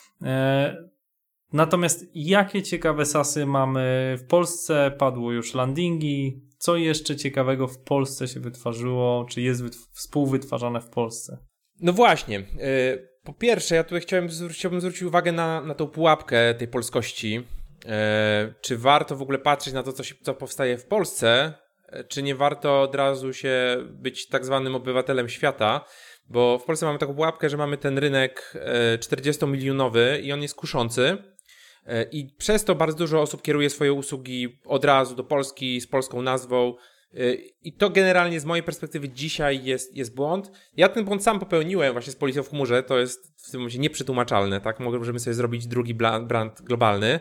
Speaker 2: E, natomiast jakie ciekawe sasy mamy w Polsce? Padło już landingi. Co jeszcze ciekawego w Polsce się wytworzyło, czy jest wytw- współwytwarzane w Polsce?
Speaker 3: No właśnie. Yy, po pierwsze, ja tutaj chciałem, chciałbym zwrócić uwagę na, na tą pułapkę tej polskości. Yy, czy warto w ogóle patrzeć na to, co, się, co powstaje w Polsce, czy nie warto od razu się być tak zwanym obywatelem świata, bo w Polsce mamy taką pułapkę, że mamy ten rynek czterdziestomilionowy i on jest kuszący i przez to bardzo dużo osób kieruje swoje usługi od razu do Polski z polską nazwą i to generalnie z mojej perspektywy dzisiaj jest, jest błąd. Ja ten błąd sam popełniłem właśnie z Policją w chmurze, to jest w tym momencie nieprzetłumaczalne, tak? Możemy sobie zrobić drugi brand globalny.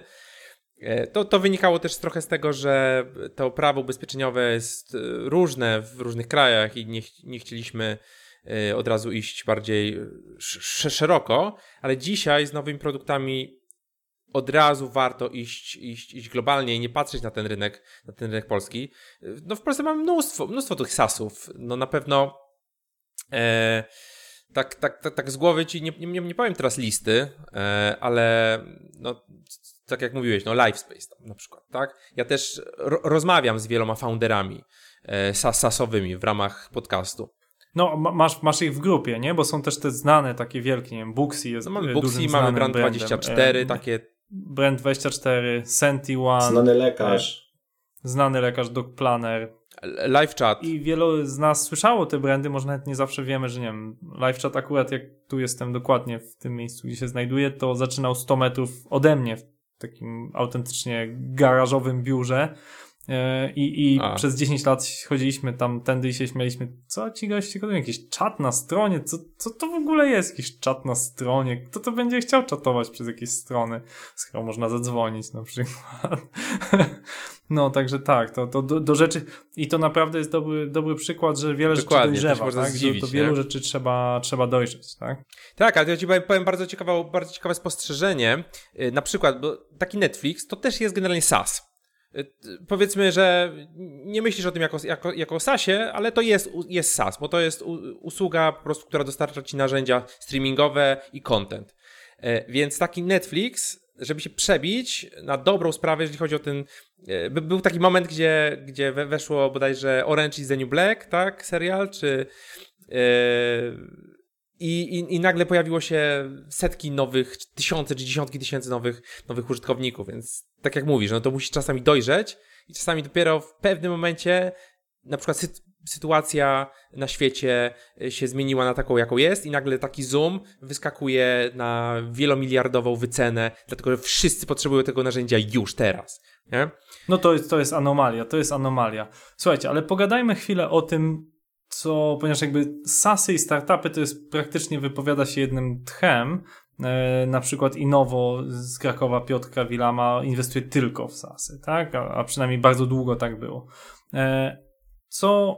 Speaker 3: To, to wynikało też trochę z tego, że to prawo ubezpieczeniowe jest różne w różnych krajach i nie, nie chcieliśmy od razu iść bardziej sz- szeroko, ale dzisiaj z nowymi produktami od razu warto iść, iść, iść globalnie i nie patrzeć na ten rynek, na ten rynek polski. No w Polsce mamy mnóstwo, mnóstwo tych sasów. No na pewno e, tak, tak, tak, tak z głowy ci nie, nie, nie powiem teraz listy, e, ale no tak jak mówiłeś, no LiveSpace tam na przykład, tak? Ja też ro- rozmawiam z wieloma founderami e, sasowymi w ramach podcastu.
Speaker 2: No, masz, masz ich w grupie, nie? Bo są też te znane, takie wielkie, nie wiem, Booksy jest
Speaker 3: no, mamy Booksy, mamy Brand dwadzieścia cztery, e, takie...
Speaker 2: Brand dwadzieścia cztery, SentiOne.
Speaker 4: Znany lekarz.
Speaker 2: E, znany lekarz, Doc Planner.
Speaker 3: LiveChat.
Speaker 2: I wielu z nas słyszało te brandy, może nawet nie zawsze wiemy, że nie wiem, LiveChat akurat jak tu jestem dokładnie w tym miejscu, gdzie się znajduję, to zaczynał sto metrów ode mnie w takim autentycznie garażowym biurze. I, i przez dziesięć lat chodziliśmy tam tędy i się śmialiśmy, co ci goście gotują, jakiś czat na stronie, co, co to w ogóle jest jakiś czat na stronie, kto to będzie chciał czatować przez jakieś strony, skoro można zadzwonić na przykład. No także tak, to, to do, do rzeczy i to naprawdę jest dobry, dobry przykład, że wiele Dokładnie, rzeczy dojrzewa, tak? Zdziwić, do, do wielu nie? rzeczy trzeba, trzeba dojrzeć, tak?
Speaker 3: Tak, ale ja ci powiem bardzo ciekawe, bardzo ciekawe spostrzeżenie, na przykład, bo taki Netflix to też jest generalnie SaaS. Powiedzmy, że nie myślisz o tym jako, jako, jako o sasie, ale to jest, jest SaaS, bo to jest usługa po prostu, która dostarcza ci narzędzia streamingowe i content. Więc taki Netflix, żeby się przebić na dobrą sprawę, jeżeli chodzi o ten... Był taki moment, gdzie, gdzie weszło bodajże Orange is the New Black, tak? Serial, czy... I, i, I nagle pojawiło się setki nowych, tysiące czy dziesiątki tysięcy nowych, nowych użytkowników, więc tak jak mówisz, no to musisz czasami dojrzeć i czasami dopiero w pewnym momencie na przykład sy- sytuacja na świecie się zmieniła na taką, jaką jest i nagle taki Zoom wyskakuje na wielomiliardową wycenę, dlatego że wszyscy potrzebują tego narzędzia już teraz, nie?
Speaker 2: No to jest, to jest anomalia, to jest anomalia. Słuchajcie, ale pogadajmy chwilę o tym, co, ponieważ jakby SaaSy i startupy to jest praktycznie wypowiada się jednym tchem. E, na przykład Innovo z Krakowa Piotrka Wilama inwestuje tylko w SaaSy, tak? A, a przynajmniej bardzo długo tak było. E, co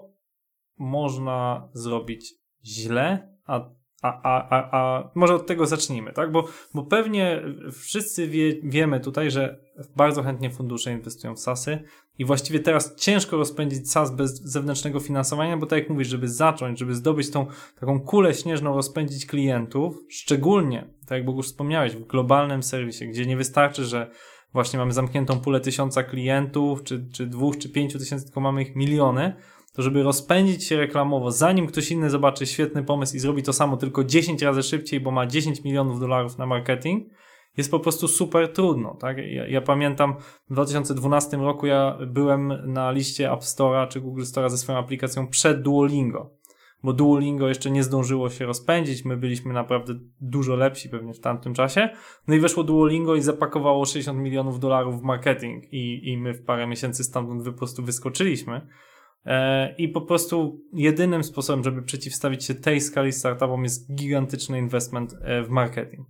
Speaker 2: można zrobić źle, a, a, a, a, a może od tego zacznijmy, tak? Bo, bo pewnie wszyscy wie, wiemy tutaj, że bardzo chętnie fundusze inwestują w SaaSy i właściwie teraz ciężko rozpędzić SaaS bez zewnętrznego finansowania, bo tak jak mówisz, żeby zacząć, żeby zdobyć tą taką kulę śnieżną, rozpędzić klientów, szczególnie, tak jak Bogusz wspomniałeś, w globalnym serwisie, gdzie nie wystarczy, że właśnie mamy zamkniętą pulę tysiąca klientów, czy, czy dwóch, czy pięciu tysięcy, tylko mamy ich miliony, to żeby rozpędzić się reklamowo, zanim ktoś inny zobaczy świetny pomysł i zrobi to samo tylko dziesięć razy szybciej, bo ma dziesięć milionów dolarów na marketing, jest po prostu super trudno, tak? Ja, ja pamiętam w dwa tysiące dwunastym roku ja byłem na liście App Store'a czy Google Store'a ze swoją aplikacją przed Duolingo, bo Duolingo jeszcze nie zdążyło się rozpędzić, my byliśmy naprawdę dużo lepsi pewnie w tamtym czasie, no i weszło Duolingo i zapakowało sześćdziesiąt milionów dolarów w marketing i, i my w parę miesięcy stamtąd po prostu wyskoczyliśmy. I po prostu jedynym sposobem, żeby przeciwstawić się tej skali startupom jest gigantyczny inwestment w marketing.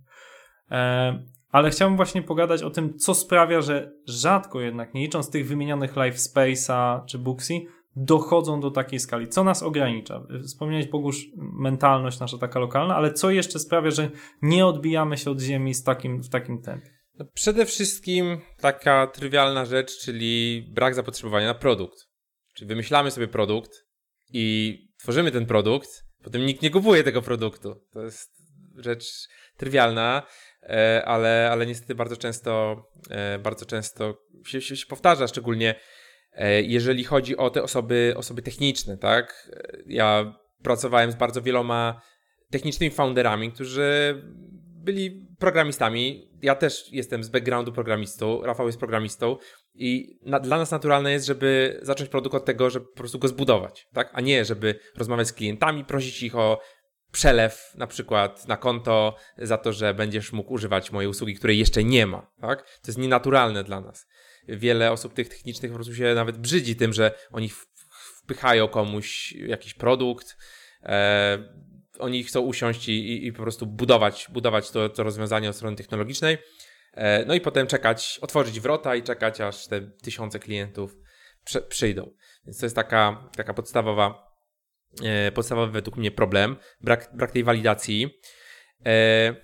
Speaker 2: Ale chciałbym właśnie pogadać o tym, co sprawia, że rzadko jednak, nie licząc tych wymienionych LiveSpace'a czy Booksy, dochodzą do takiej skali. Co nas ogranicza? Wspomniałeś, Bogusz, mentalność nasza taka lokalna, ale co jeszcze sprawia, że nie odbijamy się od ziemi z takim, w takim tempie?
Speaker 3: No przede wszystkim taka trywialna rzecz, czyli brak zapotrzebowania na produkt. Czyli wymyślamy sobie produkt i tworzymy ten produkt, potem nikt nie kupuje tego produktu. To jest rzecz trywialna, ale, ale niestety bardzo często, bardzo często się, się, się powtarza, szczególnie jeżeli chodzi o te osoby, osoby techniczne, tak? Ja pracowałem z bardzo wieloma technicznymi founderami, którzy byli programistami. Ja też jestem z backgroundu programistą, Rafał jest programistą i na, dla nas naturalne jest, żeby zacząć produkt od tego, żeby po prostu go zbudować, tak? A nie, żeby rozmawiać z klientami, prosić ich o przelew na przykład na konto za to, że będziesz mógł używać mojej usługi, której jeszcze nie ma, tak? To jest nienaturalne dla nas. Wiele osób tych technicznych po prostu się nawet brzydzi tym, że oni wpychają komuś jakiś produkt, e, oni chcą usiąść i, i po prostu budować, budować to, to rozwiązanie od strony technologicznej, e, no i potem czekać, otworzyć wrota i czekać, aż te tysiące klientów prze, przyjdą. Więc to jest taka, taka podstawowa, e, podstawowy według mnie problem, brak, brak tej walidacji. E,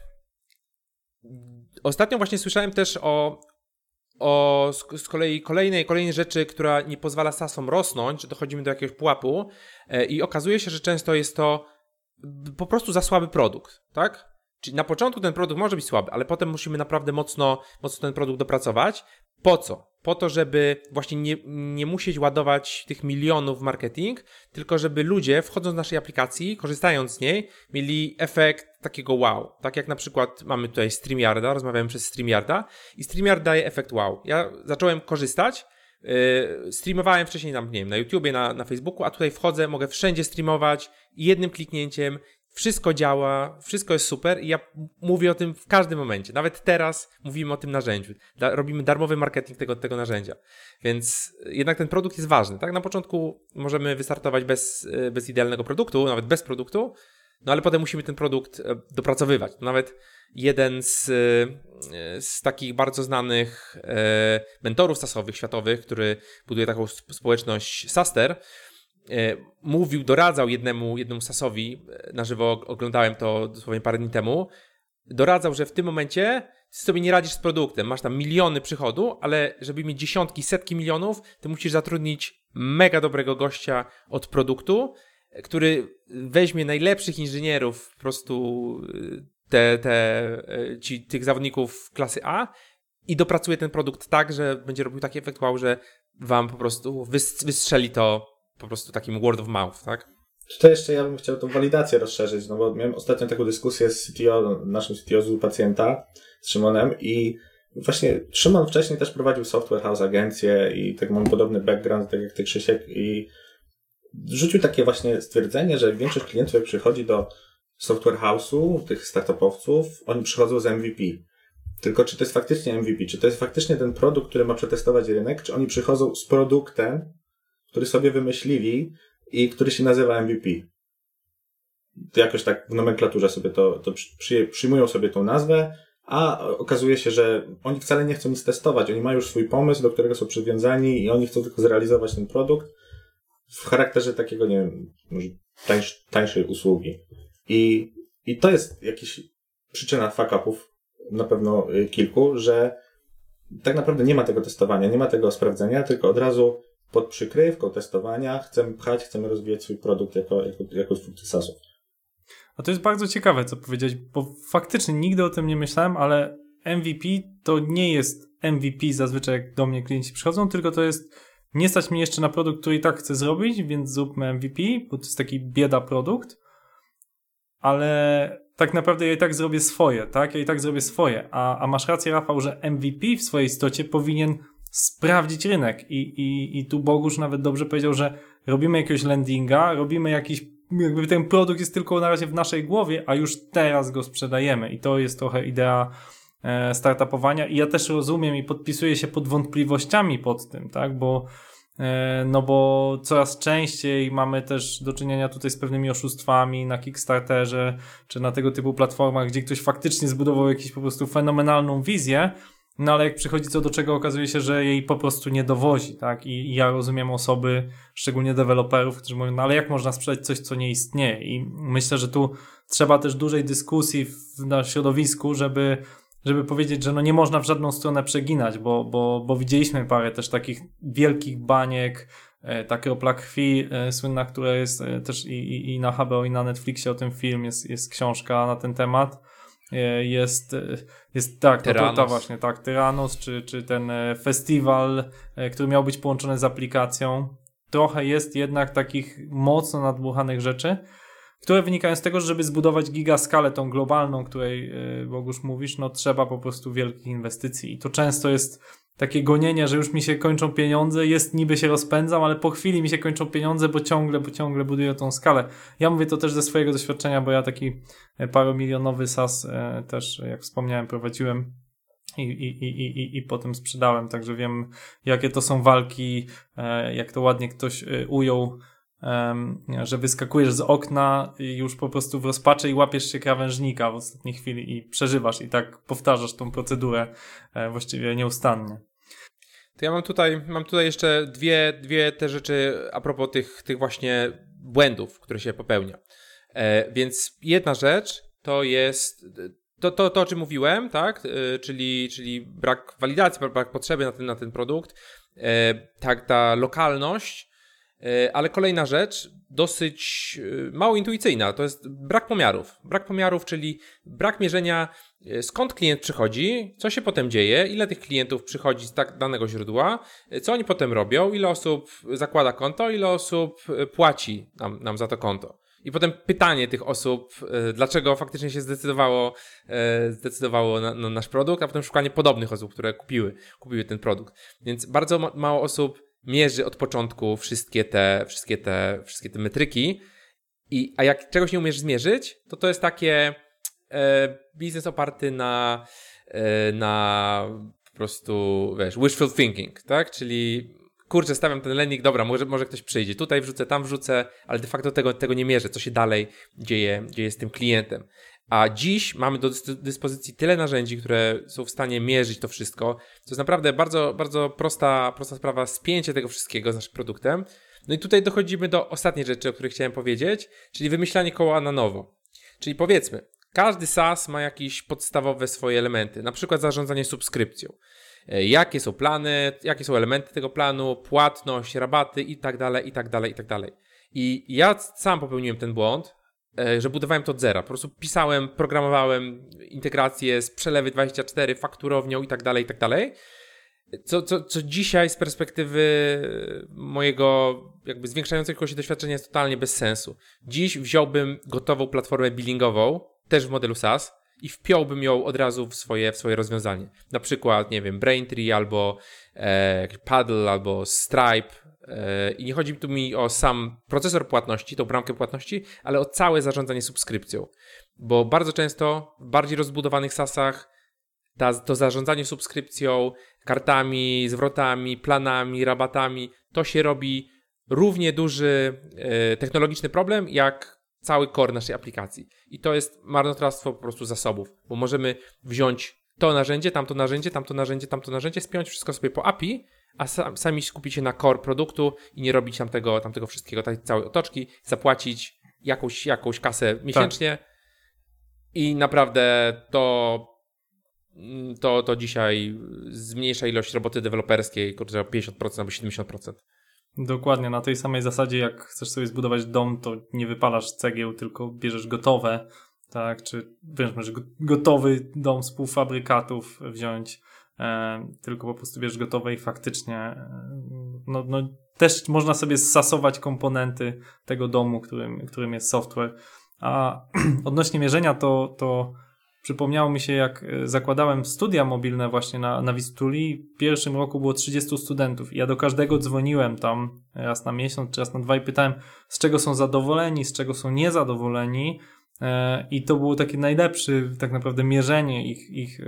Speaker 3: ostatnio właśnie słyszałem też o O z kolei kolejnej, kolejnej rzeczy, która nie pozwala SaaSom rosnąć, że dochodzimy do jakiegoś pułapu i okazuje się, że często jest to po prostu za słaby produkt, tak? Czyli na początku ten produkt może być słaby, ale potem musimy naprawdę mocno, mocno ten produkt dopracować. Po co? Po to, żeby właśnie nie, nie musieć ładować tych milionów w marketing, tylko żeby ludzie wchodząc do naszej aplikacji, korzystając z niej, mieli efekt takiego wow. Tak jak na przykład mamy tutaj StreamYarda, rozmawiamy przez StreamYarda i StreamYard daje efekt wow. Ja zacząłem korzystać, Yy, streamowałem wcześniej na, nie wiem, na YouTubie, na, na Facebooku, a tutaj wchodzę, mogę wszędzie streamować i jednym kliknięciem wszystko działa, wszystko jest super i ja mówię o tym w każdym momencie. Nawet teraz mówimy o tym narzędziu. Da, robimy darmowy marketing tego, tego narzędzia. Więc jednak ten produkt jest ważny. Tak? Na początku możemy wystartować bez, bez idealnego produktu, nawet bez produktu, no ale potem musimy ten produkt dopracowywać. Nawet jeden z, z takich bardzo znanych mentorów sasowych, światowych, który buduje taką społeczność Saster, mówił, doradzał jednemu, jednemu sasowi, na żywo oglądałem to dosłownie parę dni temu, doradzał, że w tym momencie ty sobie nie radzisz z produktem, masz tam miliony przychodu, ale żeby mieć dziesiątki, setki milionów, ty musisz zatrudnić mega dobrego gościa od produktu, który weźmie najlepszych inżynierów, po prostu te, te, ci, tych zawodników klasy A i dopracuje ten produkt tak, że będzie robił taki efekt wow, że wam po prostu wystrzeli to po prostu takim word of mouth, tak?
Speaker 4: Tutaj jeszcze ja bym chciał tą walidację rozszerzyć, no bo miałem ostatnio taką dyskusję z C T O, naszym C T O z pacjenta, z Szymonem i właśnie Szymon wcześniej też prowadził Software House agencję i tak mam podobny background, tak jak ty, Krzysiek, i rzucił takie właśnie stwierdzenie, że większość klientów jak przychodzi do Software House'u, tych startupowców, oni przychodzą z M V P. Tylko czy to jest faktycznie M V P, czy to jest faktycznie ten produkt, który ma przetestować rynek, czy oni przychodzą z produktem, który sobie wymyślili i który się nazywa M V P. Jakoś tak w nomenklaturze sobie to, to przy, przyjmują sobie tą nazwę, a okazuje się, że oni wcale nie chcą nic testować. Oni mają już swój pomysł, do którego są przywiązani i oni chcą tylko zrealizować ten produkt w charakterze takiego, nie wiem, tańsz, tańszej usługi. I, i to jest jakaś przyczyna fuck-upów, na pewno kilku, że tak naprawdę nie ma tego testowania, nie ma tego sprawdzenia, tylko od razu pod przykrywką testowania chcemy pchać, chcemy rozwijać swój produkt jako, jako, jako funkcję SaaSów.
Speaker 2: A to jest bardzo ciekawe, co powiedziałeś, bo faktycznie nigdy o tym nie myślałem, ale M V P to nie jest M V P zazwyczaj, jak do mnie klienci przychodzą, tylko to jest nie stać mnie jeszcze na produkt, który i tak chcę zrobić, więc zróbmy M V P, bo to jest taki bieda produkt, ale tak naprawdę ja i tak zrobię swoje, tak? Ja i tak zrobię swoje, a, a masz rację, Rafał, że M V P w swojej istocie powinien sprawdzić rynek i, i, i tu Bogusz nawet dobrze powiedział, że robimy jakiegoś landinga, robimy jakiś, jakby ten produkt jest tylko na razie w naszej głowie, a już teraz go sprzedajemy i to jest trochę idea e, startupowania i ja też rozumiem i podpisuję się pod wątpliwościami pod tym, tak, bo e, no bo coraz częściej mamy też do czynienia tutaj z pewnymi oszustwami na Kickstarterze czy na tego typu platformach, gdzie ktoś faktycznie zbudował jakąś po prostu fenomenalną wizję. No ale jak przychodzi co do czego, okazuje się, że jej po prostu nie dowozi, tak? I, i ja rozumiem osoby, szczególnie deweloperów, którzy mówią, no ale jak można sprzedać coś, co nie istnieje? I myślę, że tu trzeba też dużej dyskusji w, na środowisku, żeby, żeby powiedzieć, że no nie można w żadną stronę przeginać, bo, bo, bo widzieliśmy parę też takich wielkich baniek, e, ta kropla krwi e, słynna, która jest e, też i, i, i na H B O i na Netflixie o tym film, jest, jest książka na ten temat. Jest, jest tak, to, to, to właśnie, tak, Tyrannos, czy, czy ten festiwal, który miał być połączony z aplikacją. Trochę jest jednak takich mocno nadmuchanych rzeczy, które wynikają z tego, że żeby zbudować gigaskalę tą globalną, której Bogusz mówisz, no trzeba po prostu wielkich inwestycji i to często jest takie gonienie, że już mi się kończą pieniądze, jest niby się rozpędzam, ale po chwili mi się kończą pieniądze, bo ciągle, bo ciągle buduję tą skalę. Ja mówię to też ze swojego doświadczenia, bo ja taki paromilionowy SaaS e, też, jak wspomniałem, prowadziłem i, i, i, i, i potem sprzedałem, także wiem, jakie to są walki, e, jak to ładnie ktoś e, ujął, Um, że wyskakujesz z okna i już po prostu w rozpaczy i łapiesz się krawężnika w ostatniej chwili i przeżywasz i tak powtarzasz tą procedurę e, właściwie nieustannie.
Speaker 3: To ja mam tutaj, mam tutaj jeszcze dwie, dwie te rzeczy a propos tych, tych właśnie błędów, które się popełnia. E, więc jedna rzecz to jest to, to, to o czym mówiłem, tak, e, czyli, czyli brak walidacji, brak potrzeby na ten, na ten produkt, e, tak, ta lokalność. Ale kolejna rzecz, dosyć mało intuicyjna, to jest brak pomiarów. Brak pomiarów, czyli brak mierzenia, skąd klient przychodzi, co się potem dzieje, ile tych klientów przychodzi z tak danego źródła, co oni potem robią, ile osób zakłada konto, ile osób płaci nam, nam za to konto. I potem pytanie tych osób, y, dlaczego faktycznie się zdecydowało, y, zdecydowało na, na nasz produkt, a potem szukanie podobnych osób, które kupiły, kupiły ten produkt. Więc bardzo ma- mało osób mierzy od początku wszystkie te, wszystkie te, wszystkie te metryki. I, a jak czegoś nie umiesz zmierzyć, to to jest takie e, biznes oparty na, e, na po prostu, wiesz, wishful thinking, tak? Czyli kurczę, stawiam ten landing, dobra, może, może ktoś przyjdzie, tutaj wrzucę, tam wrzucę, ale de facto tego, tego nie mierzę, co się dalej dzieje, dzieje z tym klientem. A dziś mamy do dyspozycji tyle narzędzi, które są w stanie mierzyć to wszystko. To jest naprawdę bardzo, bardzo prosta, prosta sprawa, spięcie tego wszystkiego z naszym produktem. No i tutaj dochodzimy do ostatniej rzeczy, o której chciałem powiedzieć, czyli wymyślanie koła na nowo. Czyli powiedzmy, każdy SaaS ma jakieś podstawowe swoje elementy, na przykład zarządzanie subskrypcją. Jakie są plany, jakie są elementy tego planu, płatność, rabaty i tak dalej, i tak dalej, i tak dalej. I ja sam popełniłem ten błąd, że budowałem to od zera. Po prostu pisałem, programowałem integracje z przelewy dwadzieścia cztery, fakturownią i tak dalej, i tak dalej. Co, co, co dzisiaj z perspektywy mojego jakby zwiększającego się doświadczenia jest totalnie bez sensu. Dziś wziąłbym gotową platformę billingową, też w modelu SaaS, i wpiąłbym ją od razu w swoje, w swoje rozwiązanie. Na przykład, nie wiem, Braintree albo e, Paddle albo Stripe. E, I nie chodzi tu mi o sam procesor płatności, tą bramkę płatności, ale o całe zarządzanie subskrypcją. Bo bardzo często w bardziej rozbudowanych SaaSach ta, to zarządzanie subskrypcją, kartami, zwrotami, planami, rabatami, to się robi równie duży e, technologiczny problem, jak cały core naszej aplikacji. I to jest marnotrawstwo po prostu zasobów, bo możemy wziąć to narzędzie, tamto narzędzie, tamto narzędzie, tamto narzędzie, spiąć wszystko sobie po A P I, a sam, sami skupić się na core produktu i nie robić tamtego, tamtego wszystkiego, tej całej otoczki, zapłacić jakąś, jakąś kasę miesięcznie tak. I naprawdę to, to, to dzisiaj zmniejsza ilość roboty deweloperskiej o pięćdziesiąt procent albo siedemdziesiąt procent.
Speaker 2: Dokładnie, na tej samej zasadzie, jak chcesz sobie zbudować dom, to nie wypalasz cegieł, tylko bierzesz gotowe, tak, czy wiesz, możesz gotowy dom z półfabrykatów wziąć, e, tylko po prostu bierzesz gotowe i faktycznie e, no, no też można sobie zsasować komponenty tego domu, którym, którym jest software. A odnośnie mierzenia, to, to przypomniało mi się, jak zakładałem studia mobilne właśnie na, na Wistuli. W pierwszym roku było trzydziestu studentów i ja do każdego dzwoniłem tam raz na miesiąc, czy raz na dwa i pytałem, z czego są zadowoleni, z czego są niezadowoleni. I to było takie najlepsze tak naprawdę mierzenie ich, ich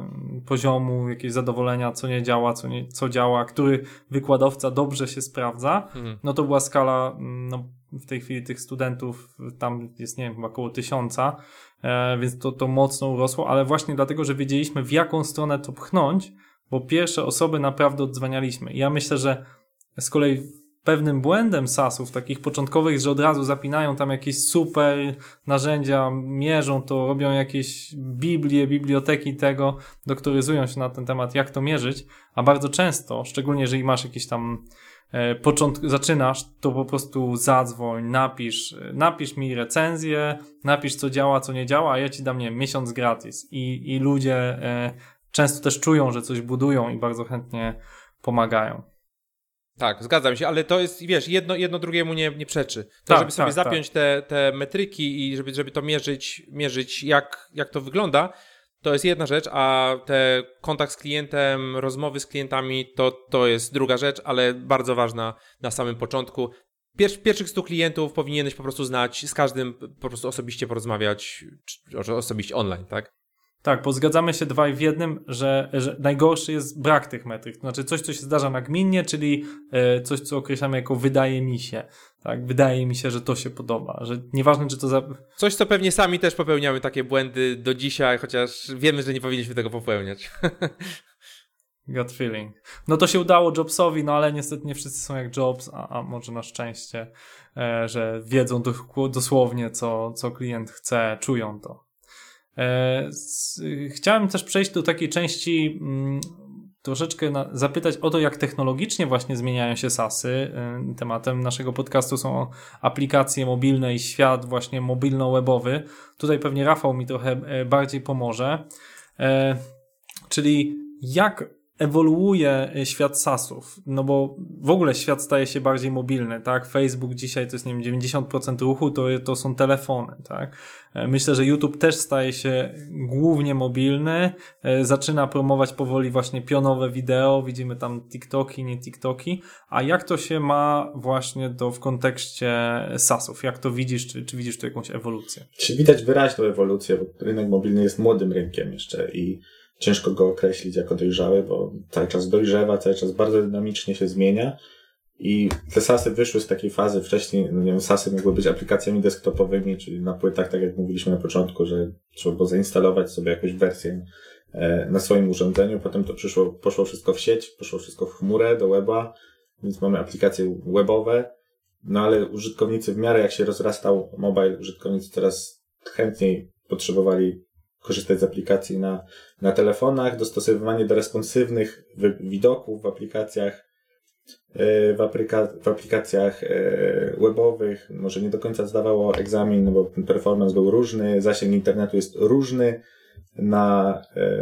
Speaker 2: poziomu, jakiegoś zadowolenia, co nie działa, co, nie, co działa, który wykładowca dobrze się sprawdza. Mhm. No to była skala, no w tej chwili tych studentów tam jest, nie wiem, chyba około tysiąca, e, więc to, to mocno urosło, ale właśnie dlatego, że wiedzieliśmy, w jaką stronę to pchnąć, bo pierwsze osoby naprawdę odzwanialiśmy. I ja myślę, że z kolei pewnym błędem SaaSów takich początkowych, że od razu zapinają tam jakieś super narzędzia, mierzą to, robią jakieś biblie, biblioteki tego, doktoryzują się na ten temat, jak to mierzyć, a bardzo często, szczególnie jeżeli masz jakieś tam e, początk, zaczynasz, to po prostu zadzwoń, napisz, napisz mi recenzję, napisz co działa, co nie działa, a ja ci dam, nie wiem, miesiąc gratis i, i ludzie e, często też czują, że coś budują i bardzo chętnie pomagają.
Speaker 3: Tak, zgadzam się, ale to jest, wiesz, jedno, jedno drugiemu nie, nie przeczy. To, tak, żeby sobie tak, zapiąć tak. Te, te metryki i żeby, żeby to mierzyć, mierzyć jak, jak to wygląda, to jest jedna rzecz, a te kontakt z klientem, rozmowy z klientami, to, to jest druga rzecz, ale bardzo ważna na samym początku. Pier, pierwszych stu klientów powinieneś po prostu znać, z każdym po prostu osobiście porozmawiać, czy osobiście online, tak?
Speaker 2: Tak, bo zgadzamy się dwaj w jednym, że, że najgorszy jest brak tych metryk. To znaczy coś, co się zdarza nagminnie, czyli e, coś, co określamy jako wydaje mi się. Tak, wydaje mi się, że to się podoba. Że nieważne, czy to za...
Speaker 3: Coś, co pewnie sami też popełniamy takie błędy do dzisiaj, chociaż wiemy, że nie powinniśmy tego popełniać.
Speaker 2: Gut feeling. No to się udało Jobsowi, no ale niestety nie wszyscy są jak Jobs, a, a może na szczęście, e, że wiedzą do, dosłownie, co, co klient chce, czują to. E, z, chciałem też przejść do takiej części m, troszeczkę na, zapytać o to, jak technologicznie właśnie zmieniają się SaaSy. E, tematem naszego podcastu są aplikacje mobilne i świat właśnie mobilno-webowy. Tutaj pewnie Rafał mi trochę e, bardziej pomoże. E, czyli jak ewoluuje świat SaaSów, no bo w ogóle świat staje się bardziej mobilny, tak? Facebook dzisiaj to jest, nie wiem, dziewięćdziesiąt procent ruchu to, to są telefony, tak? Myślę, że YouTube też staje się głównie mobilny, zaczyna promować powoli właśnie pionowe wideo, widzimy tam TikToki, nie TikToki, a jak to się ma właśnie do, w kontekście SaaSów? Jak to widzisz, czy, czy widzisz tu jakąś ewolucję?
Speaker 4: Czy widać wyraźną ewolucję, bo rynek mobilny jest młodym rynkiem jeszcze i ciężko go określić jako dojrzały, bo cały czas dojrzewa, cały czas bardzo dynamicznie się zmienia i te SaaSy wyszły z takiej fazy wcześniej, no nie wiem, SaaSy mogły być aplikacjami desktopowymi, czyli na płytach, tak jak mówiliśmy na początku, że trzeba było zainstalować sobie jakąś wersję na swoim urządzeniu, potem to przyszło, poszło wszystko w sieć, poszło wszystko w chmurę, do weba, więc mamy aplikacje webowe, no ale użytkownicy w miarę jak się rozrastał mobile, użytkownicy teraz chętniej potrzebowali korzystać z aplikacji na, na telefonach, dostosowywanie do responsywnych widoków w aplikacjach, w, apryka, w aplikacjach webowych. Może nie do końca zdawało egzamin, no bo ten performance był różny, zasięg internetu jest różny na,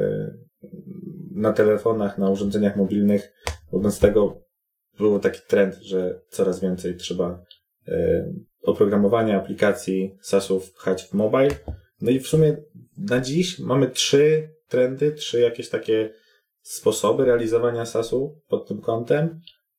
Speaker 4: na telefonach, na urządzeniach mobilnych. Wobec tego był taki trend, że coraz więcej trzeba oprogramowania aplikacji SaaSów pchać w mobile. No i w sumie na dziś mamy trzy trendy, trzy jakieś takie sposoby realizowania SaaSu pod tym kątem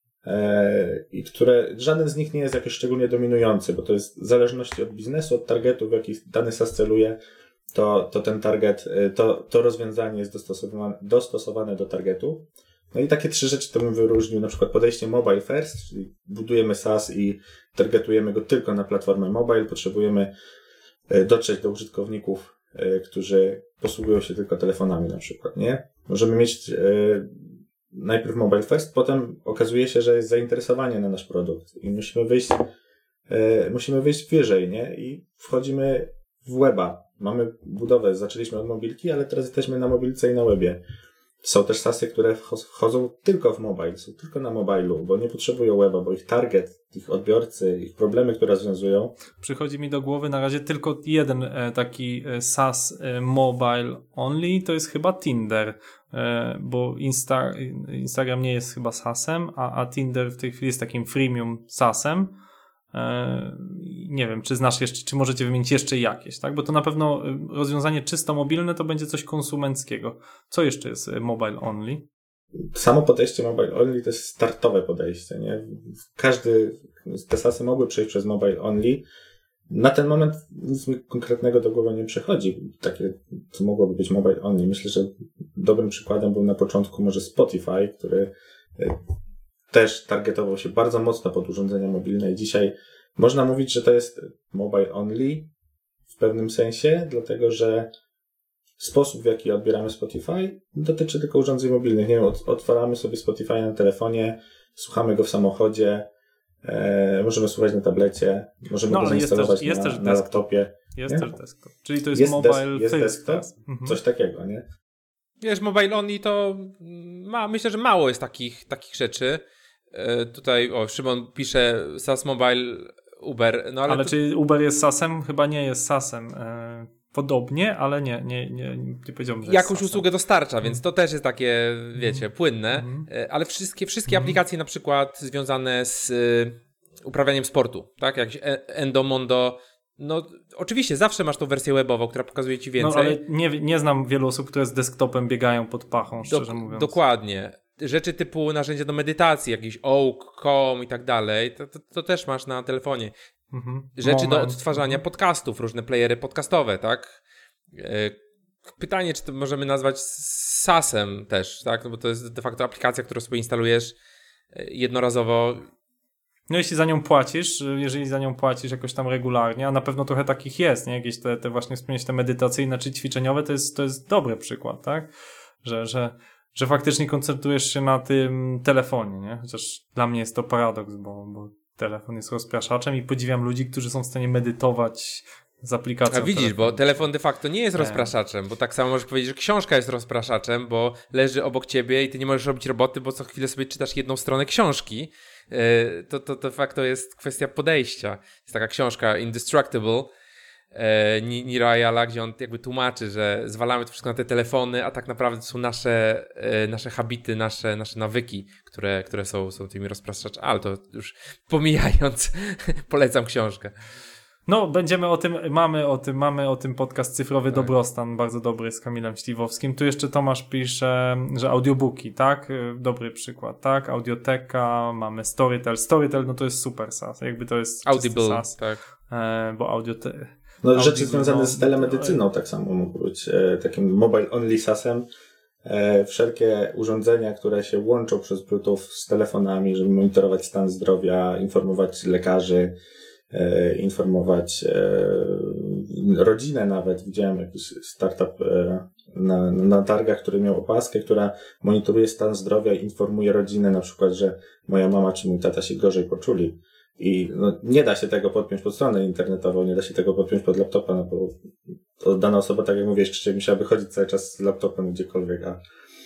Speaker 4: e, i które, żaden z nich nie jest jakoś szczególnie dominujący, bo to jest w zależności od biznesu, od targetu, w jaki dany SaaS celuje, to, to ten target, to, to rozwiązanie jest dostosowane, dostosowane do targetu. No i takie trzy rzeczy to bym wyróżnił, na przykład podejście mobile first, czyli budujemy SaaS i targetujemy go tylko na platformę mobile, potrzebujemy dotrzeć do użytkowników, którzy posługują się tylko telefonami na przykład, nie? Możemy mieć e, najpierw mobile first, potem okazuje się, że jest zainteresowanie na nasz produkt i musimy wyjść e, musimy wyjść wyżej, nie? I wchodzimy w weba. Mamy budowę, zaczęliśmy od mobilki, ale teraz jesteśmy na mobilce i na webie. Są też SaaSy, które wchodzą tylko w mobile, są tylko na mobilu, bo nie potrzebują weba, bo ich target, ich odbiorcy, ich problemy, które rozwiązują.
Speaker 2: Przychodzi mi do głowy na razie tylko jeden e, taki e, SaaS e, mobile only, to jest chyba Tinder, e, bo Insta, Instagram nie jest chyba SaaSem, a, a Tinder w tej chwili jest takim freemium SaaSem. E, nie wiem, czy znasz jeszcze, czy możecie wymienić jeszcze jakieś, tak? Bo to na pewno rozwiązanie czysto mobilne to będzie coś konsumenckiego. Co jeszcze jest mobile only?
Speaker 4: Samo podejście mobile only to jest startowe podejście, nie? Każdy, te SaaSy mogły przejść przez mobile only. Na ten moment nic mi konkretnego do głowy nie przychodzi. Takie, co mogłoby być mobile only. Myślę, że dobrym przykładem był na początku może Spotify, który też targetował się bardzo mocno pod urządzenia mobilne i dzisiaj można mówić, że to jest mobile only w pewnym sensie, dlatego że sposób, w jaki odbieramy Spotify, dotyczy tylko urządzeń mobilnych. Nie wiem, otwieramy sobie Spotify na telefonie, słuchamy go w samochodzie, e, możemy słuchać na tablecie, możemy
Speaker 2: no,
Speaker 4: go zainstalować
Speaker 2: jest też, jest
Speaker 4: na, na laptopie.
Speaker 2: Jest
Speaker 4: nie?
Speaker 2: też desktop. Czyli to jest,
Speaker 4: jest
Speaker 2: mobile
Speaker 4: des, jest desktop,
Speaker 2: mhm.
Speaker 4: coś takiego, nie?
Speaker 3: Wiesz, mobile only to ma, myślę, że mało jest takich, takich rzeczy. E, tutaj, o, Szymon pisze SaaS Mobile Uber. No ale
Speaker 2: ale
Speaker 3: to...
Speaker 2: czy Uber jest SaaSem? Chyba nie jest SaaSem. E, podobnie, ale nie, nie, nie, nie powiedziałbym, że
Speaker 3: jakąś
Speaker 2: jest
Speaker 3: usługę dostarcza, więc to też jest takie, wiecie, płynne.
Speaker 2: Mhm.
Speaker 3: E, ale wszystkie, wszystkie
Speaker 2: Mhm.
Speaker 3: aplikacje na przykład związane z y, uprawianiem sportu, tak? Jakieś Endomondo. No oczywiście zawsze masz tą wersję webową, która pokazuje ci więcej.
Speaker 2: No ale nie, nie znam wielu osób, które z desktopem biegają pod pachą, szczerze
Speaker 3: Dok-
Speaker 2: mówiąc.
Speaker 3: Dokładnie. Rzeczy typu narzędzia do medytacji, jakiś Oak, kropka com i tak dalej, to, to, to też masz na telefonie.
Speaker 2: Mhm.
Speaker 3: Rzeczy
Speaker 2: Moment.
Speaker 3: do odtwarzania
Speaker 2: Mhm.
Speaker 3: podcastów, różne playery podcastowe, tak? Pytanie, czy to możemy nazwać SaaSem też, tak? No bo to jest de facto aplikacja, którą sobie instalujesz jednorazowo.
Speaker 2: No jeśli za nią płacisz, jeżeli za nią płacisz jakoś tam regularnie, a na pewno trochę takich jest, nie? Jakieś te, te właśnie wspomnieć te medytacyjne czy ćwiczeniowe, to jest, to jest dobry przykład, tak? Że, że, że faktycznie koncentrujesz się na tym telefonie, nie? Chociaż dla mnie jest to paradoks, bo, bo telefon jest rozpraszaczem i podziwiam ludzi, którzy są w stanie medytować z aplikacją.
Speaker 3: A widzisz,
Speaker 2: telefonu.
Speaker 3: bo telefon de facto nie jest
Speaker 2: Nie.
Speaker 3: rozpraszaczem, bo tak samo możesz powiedzieć, że książka jest rozpraszaczem, bo leży obok ciebie i ty nie możesz robić roboty, bo co chwilę sobie czytasz jedną stronę książki. To, to, to de facto jest kwestia podejścia. Jest taka książka Indestructible, e, Nirayala, gdzie on jakby tłumaczy, że zwalamy to wszystko na te telefony, a tak naprawdę to są nasze, e, nasze habity, nasze, nasze nawyki, które, które są, są tymi rozpraszaczami. Ale to już pomijając, polecam książkę.
Speaker 2: No, będziemy o tym, mamy o tym, mamy o tym podcast Cyfrowy tak. Dobrostan, bardzo dobry, z Kamilem Śliwowskim. Tu jeszcze Tomasz pisze, że audiobooki, tak? Dobry przykład, tak? Audioteka, mamy Storytel. Storytel, no to jest super SaaS, jakby to jest
Speaker 3: Audible,
Speaker 2: SaaS,
Speaker 3: tak.
Speaker 2: E, bo audioteka...
Speaker 4: No Audible, rzeczy związane no, z telemedycyną tak samo mogą być e, takim mobile-only SaaSem. E, wszelkie urządzenia, które się łączą przez Bluetooth z telefonami, żeby monitorować stan zdrowia, informować lekarzy, E, informować e, rodzinę nawet. Widziałem jakiś startup e, na, na targach, który miał opaskę, która monitoruje stan zdrowia i informuje rodzinę na przykład, że moja mama czy mój tata się gorzej poczuli. I no, nie da się tego podpiąć pod stronę internetową, nie da się tego podpiąć pod laptopa, no bo to dana osoba, tak jak mówię, jeszcze musiałaby chodzić cały czas z laptopem gdziekolwiek, a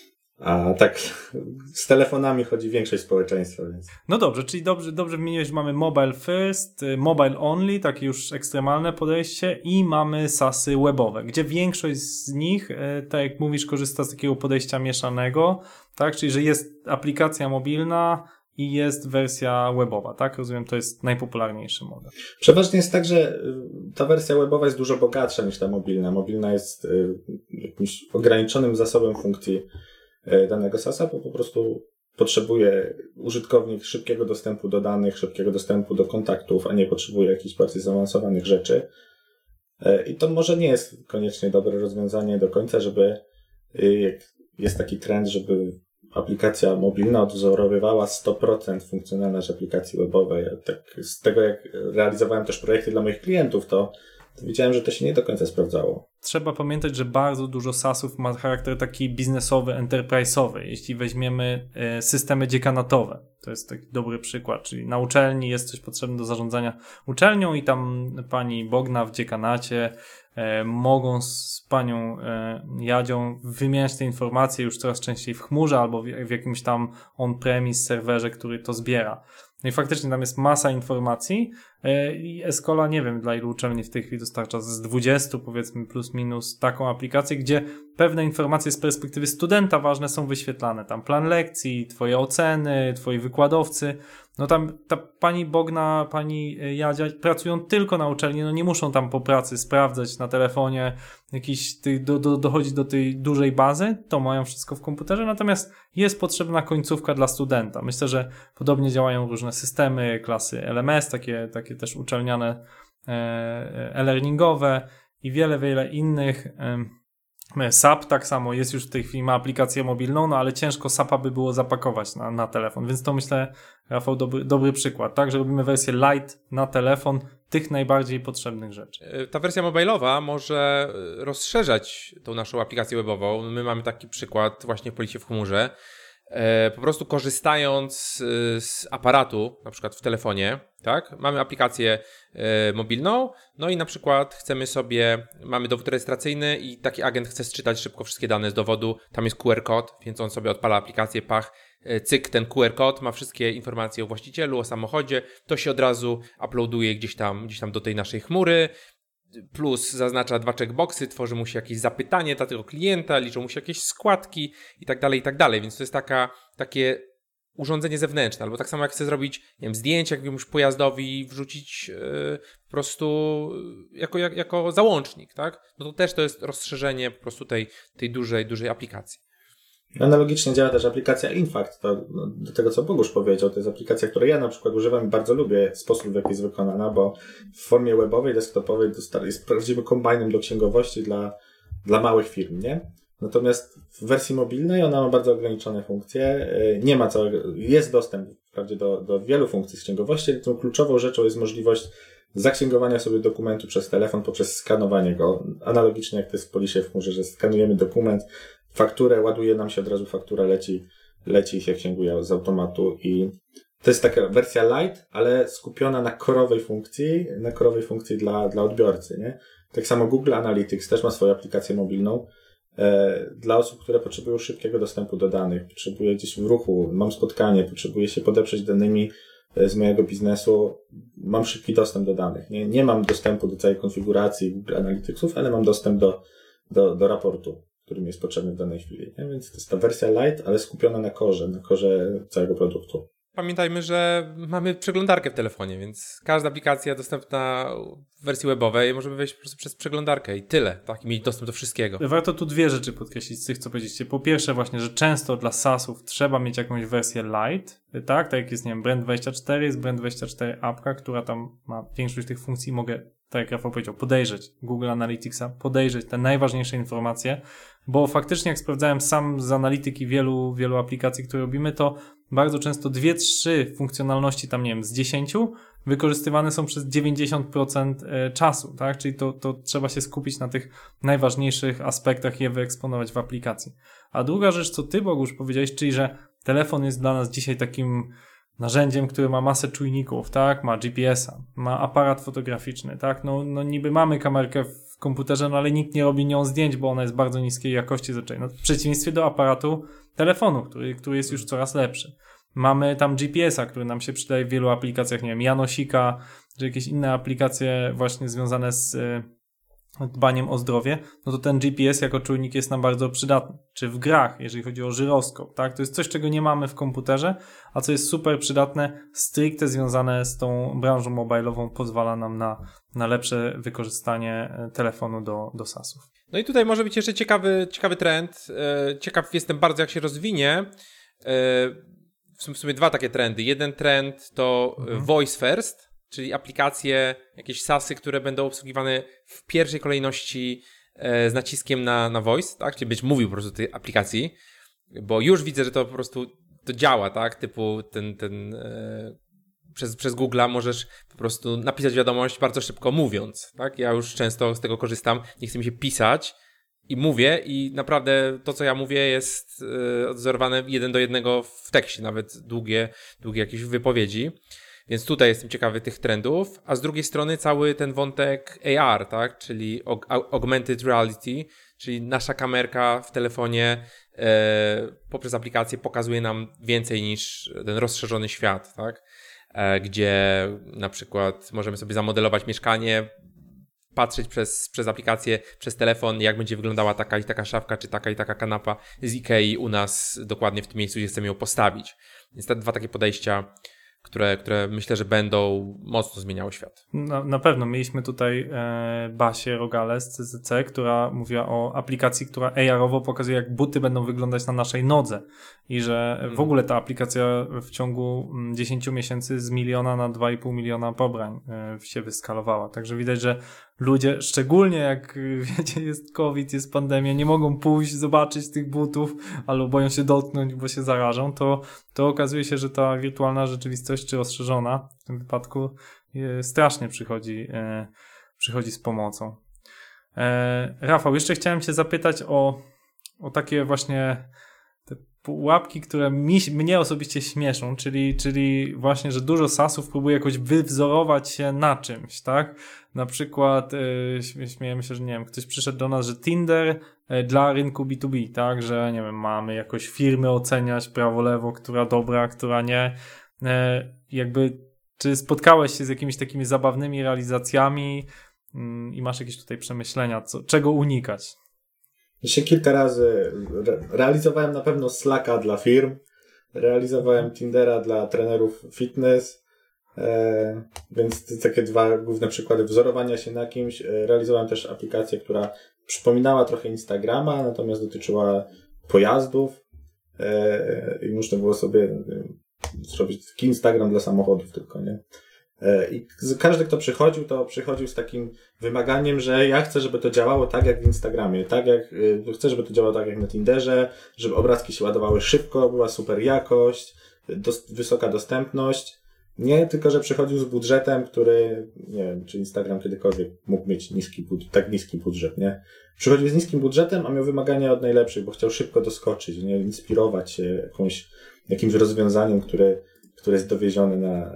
Speaker 4: A tak z telefonami chodzi większość społeczeństwa. Więc.
Speaker 2: No dobrze, czyli dobrze, dobrze wymieniłeś, mamy mobile first, mobile only, takie już ekstremalne podejście i mamy SaaSy webowe, gdzie większość z nich, tak jak mówisz, korzysta z takiego podejścia mieszanego, tak, czyli że jest aplikacja mobilna i jest wersja webowa, tak? Rozumiem, to jest najpopularniejszy model.
Speaker 4: Przeważnie jest tak, że ta wersja webowa jest dużo bogatsza niż ta mobilna. Mobilna jest jakimś ograniczonym zasobem funkcji danego SaaSa, bo po prostu potrzebuje użytkownik szybkiego dostępu do danych, szybkiego dostępu do kontaktów, a nie potrzebuje jakichś bardziej zaawansowanych rzeczy. I to może nie jest koniecznie dobre rozwiązanie do końca, żeby jest taki trend, żeby aplikacja mobilna odwzorowywała sto procent funkcjonalność aplikacji webowej. Tak z tego, jak realizowałem też projekty dla moich klientów, to widziałem, że to się nie do końca sprawdzało.
Speaker 2: Trzeba pamiętać, że bardzo dużo SaaSów ma charakter taki biznesowy, enterprise'owy. Jeśli weźmiemy y, systemy dziekanatowe, to jest taki dobry przykład, czyli na uczelni jest coś potrzebne do zarządzania uczelnią i tam pani Bogna w dziekanacie y, mogą z panią y, Jadzią wymieniać te informacje już coraz częściej w chmurze albo w, w jakimś tam on-premise serwerze, który to zbiera. No i faktycznie tam jest masa informacji i Escola, nie wiem dla ilu uczelni w tej chwili dostarcza, z dwudziestu powiedzmy plus minus taką aplikację, gdzie pewne informacje z perspektywy studenta ważne są wyświetlane. Tam plan lekcji, twoje oceny, twoi wykładowcy. No tam ta pani Bogna, pani Jadzia pracują tylko na uczelni, no nie muszą tam po pracy sprawdzać na telefonie jakiś, ty, do, do, dochodzi do tej dużej bazy, to mają wszystko w komputerze, natomiast jest potrzebna końcówka dla studenta. Myślę, że podobnie działają różne systemy, klasy L M S, takie, takie też uczelniane e, e-learningowe i wiele, wiele innych. E, S A P tak samo jest już w tej chwili, ma aplikację mobilną, no ale ciężko S A P-a by było zapakować na, na telefon, więc to myślę, Rafał, dobry, dobry przykład, tak, że robimy wersję light na telefon tych najbardziej potrzebnych rzeczy.
Speaker 3: Ta wersja mobilowa może rozszerzać tą naszą aplikację webową. My mamy taki przykład właśnie w Policie w chmurze. Po prostu korzystając z aparatu, na przykład w telefonie, tak? Mamy aplikację mobilną, no i na przykład chcemy sobie, mamy dowód rejestracyjny i taki agent chce sczytać szybko wszystkie dane z dowodu, tam jest Q R kod, więc on sobie odpala aplikację, pach, cyk, ten Q R kod ma wszystkie informacje o właścicielu, o samochodzie, to się od razu uploaduje gdzieś tam, gdzieś tam do tej naszej chmury, plus zaznacza dwa checkboxy, tworzy mu się jakieś zapytanie dla tego klienta, liczą mu się jakieś składki i tak dalej, i tak dalej, więc to jest taka, takie urządzenie zewnętrzne, albo tak samo jak chcę zrobić, nie wiem, zdjęcie jakiemuś pojazdowi, wrzucić yy, po prostu jako, jak, jako załącznik, tak? No to też to jest rozszerzenie po prostu tej, tej dużej, dużej aplikacji.
Speaker 4: Analogicznie działa też aplikacja Infact, to no, do tego co Bogusz powiedział, to jest aplikacja, której ja na przykład używam i bardzo lubię sposób, w jaki jest wykonana, bo w formie webowej, desktopowej jest prawdziwym kombajnem do księgowości dla, dla małych firm, nie? Natomiast w wersji mobilnej ona ma bardzo ograniczone funkcje, nie ma całego, jest dostęp wprawdzie do, do wielu funkcji z księgowości, ale tą kluczową rzeczą jest możliwość zaksięgowania sobie dokumentu przez telefon poprzez skanowanie go, analogicznie jak to jest w Polisie w chmurze, że skanujemy dokument, fakturę, ładuje nam się od razu faktura, leci, leci i się księguje z automatu i to jest taka wersja light, ale skupiona na korowej funkcji, na korowej funkcji dla, dla odbiorcy, nie? Tak samo Google Analytics też ma swoją aplikację mobilną e, dla osób, które potrzebują szybkiego dostępu do danych, potrzebuję gdzieś w ruchu, mam spotkanie, potrzebuję się podeprzeć danymi z mojego biznesu, mam szybki dostęp do danych. Nie, nie mam dostępu do całej konfiguracji Google Analyticsów, ale mam dostęp do, do, do raportu, który mi jest potrzebny w danej chwili. Nie? Więc to jest ta wersja light, ale skupiona na korze, na korze całego produktu.
Speaker 3: Pamiętajmy, że mamy przeglądarkę w telefonie, więc każda aplikacja dostępna w wersji webowej możemy wejść po prostu przez przeglądarkę i tyle, tak? I mieć dostęp do wszystkiego.
Speaker 2: Warto tu dwie rzeczy podkreślić z tych, co powiedzieliście. Po pierwsze właśnie, że często dla SaaSów trzeba mieć jakąś wersję light, tak? Tak jak jest, nie wiem, Brand dwadzieścia cztery, jest Brand dwadzieścia cztery apka, która tam ma większość tych funkcji, mogę, tak jak Rafał powiedział, podejrzeć Google Analyticsa, podejrzeć te najważniejsze informacje, bo faktycznie jak sprawdzałem sam z analityki wielu, wielu aplikacji, które robimy, to bardzo często dwie, trzy funkcjonalności tam, nie wiem, z dziesięciu wykorzystywane są przez dziewięćdziesiąt procent czasu, tak? Czyli to, to trzeba się skupić na tych najważniejszych aspektach i je wyeksponować w aplikacji. A druga rzecz, co ty, Bogusz, powiedziałeś, czyli że telefon jest dla nas dzisiaj takim narzędziem, które ma masę czujników, tak? Ma G P S a, ma aparat fotograficzny, tak? No, no niby mamy kamerkę w komputerze, no ale nikt nie robi nią zdjęć, bo ona jest bardzo niskiej jakości zazwyczaj. No, w przeciwieństwie do aparatu telefonu, który, który jest już coraz lepszy. Mamy tam G P S a, który nam się przydaje w wielu aplikacjach, nie wiem, Janosika, czy jakieś inne aplikacje właśnie związane z y, dbaniem o zdrowie, no to ten G P S jako czujnik jest nam bardzo przydatny. Czy w grach, jeżeli chodzi o żyroskop, tak? To jest coś, czego nie mamy w komputerze, a co jest super przydatne, stricte związane z tą branżą mobilową, pozwala nam na, na lepsze wykorzystanie telefonu do, do SaaSów.
Speaker 3: No i tutaj może być jeszcze ciekawy, ciekawy trend. Ciekaw jestem bardzo, jak się rozwinie. W sumie dwa takie trendy. Jeden trend to mhm. voice first, czyli aplikacje, jakieś SaaSy, które będą obsługiwane w pierwszej kolejności z naciskiem na, na voice, tak? Czyli być mówił po prostu tej aplikacji, bo już widzę, że to po prostu to działa, tak? Typu ten, ten e, przez, przez Google'a możesz po prostu napisać wiadomość bardzo szybko mówiąc, tak? Ja już często z tego korzystam, nie chcę mi się pisać i mówię i naprawdę to, co ja mówię, jest e, odzorowane jeden do jednego w tekście, nawet długie, długie jakieś wypowiedzi. Więc tutaj jestem ciekawy tych trendów, a z drugiej strony cały ten wątek A R, tak, czyli Augmented Reality, czyli nasza kamerka w telefonie e, poprzez aplikację pokazuje nam więcej niż ten rozszerzony świat, tak, e, gdzie na przykład możemy sobie zamodelować mieszkanie, patrzeć przez, przez aplikację, przez telefon, jak będzie wyglądała taka i taka szafka, czy taka i taka kanapa z Ikei u nas dokładnie w tym miejscu, gdzie chcemy ją postawić. Więc te dwa takie podejścia, Które, które myślę, że będą mocno zmieniały świat.
Speaker 2: Na, na pewno. Mieliśmy tutaj e, Basię Rogale z C Z C, która mówiła o aplikacji, która A R-owo pokazuje, jak buty będą wyglądać na naszej nodze i że hmm. w ogóle ta aplikacja w ciągu dziesięciu miesięcy z miliona na dwa i pół miliona pobrań e, się wyskalowała. Także widać, że ludzie, szczególnie jak wiecie, jest COVID, jest pandemia, nie mogą pójść, zobaczyć tych butów, albo boją się dotknąć, bo się zarażą, to, to okazuje się, że ta wirtualna rzeczywistość, czy rozszerzona w tym wypadku, e, strasznie przychodzi, e, przychodzi z pomocą. E, Rafał, jeszcze chciałem cię zapytać o, o takie właśnie te pułapki, które mi, mnie osobiście śmieszą, czyli, czyli właśnie, że dużo SaaSów próbuje jakoś wywzorować się na czymś, tak? Na przykład yy, śmiejemy się, że nie wiem, ktoś przyszedł do nas, że Tinder yy, dla rynku B dwa B, tak? Że nie wiem, mamy jakoś firmy oceniać prawo, lewo, która dobra, która nie. Yy, jakby, czy spotkałeś się z jakimiś takimi zabawnymi realizacjami yy, i masz jakieś tutaj przemyślenia, co, czego unikać?
Speaker 4: Jeszcze kilka razy re- realizowałem na pewno Slacka dla firm, realizowałem Tindera dla trenerów fitness, e, więc to takie dwa główne przykłady wzorowania się na kimś. E, realizowałem też aplikację, która przypominała trochę Instagrama, natomiast dotyczyła pojazdów e, i można było sobie e, zrobić taki Instagram dla samochodów tylko, nie? I każdy, kto przychodził, to przychodził z takim wymaganiem, że ja chcę, żeby to działało tak jak w Instagramie, tak jak, chcę, żeby to działało tak jak na Tinderze, żeby obrazki się ładowały szybko, była super jakość, dos- wysoka dostępność. Nie, tylko że przychodził z budżetem, który, nie wiem, czy Instagram kiedykolwiek mógł mieć niski bud- tak niski budżet, nie? Przychodził z niskim budżetem, a miał wymagania od najlepszych, bo chciał szybko doskoczyć, nie? Inspirować się jakąś, jakimś rozwiązaniem, które, które jest dowiezione na,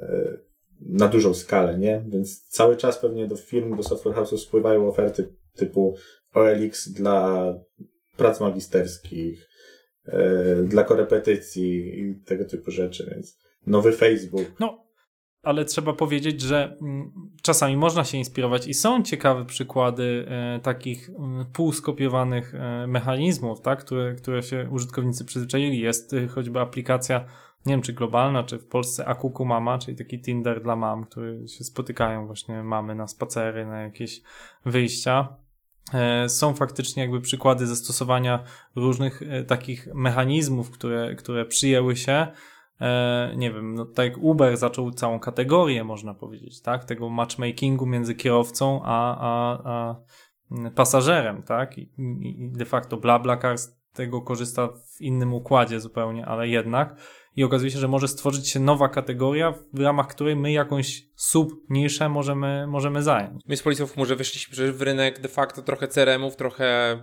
Speaker 4: na dużą skalę, nie? Więc cały czas pewnie do firm, do software house'ów spływają oferty typu O L X dla prac magisterskich, yy, dla korepetycji i tego typu rzeczy, więc nowy Facebook.
Speaker 2: No, ale trzeba powiedzieć, że czasami można się inspirować i są ciekawe przykłady e, takich e, półskopiowanych e, mechanizmów, tak, które, które się użytkownicy przyzwyczaili. Jest e, choćby aplikacja, nie wiem czy globalna, czy w Polsce Akuku Mama, czyli taki Tinder dla mam, które się spotykają właśnie mamy na spacery, na jakieś wyjścia. E, są faktycznie jakby przykłady zastosowania różnych e, takich mechanizmów, które, które przyjęły się. E, nie wiem, no tak jak Uber zaczął całą kategorię, można powiedzieć, tak, tego matchmakingu między kierowcą a, a, a pasażerem, tak, I, i de facto BlaBlaCar z tego korzysta w innym układzie zupełnie, ale jednak i okazuje się, że może stworzyć się nowa kategoria, w ramach której my jakąś sub-niszę możemy, możemy zająć.
Speaker 3: My z Policją w chmurze wyszliśmy przecież w rynek de facto trochę C R M-ów, trochę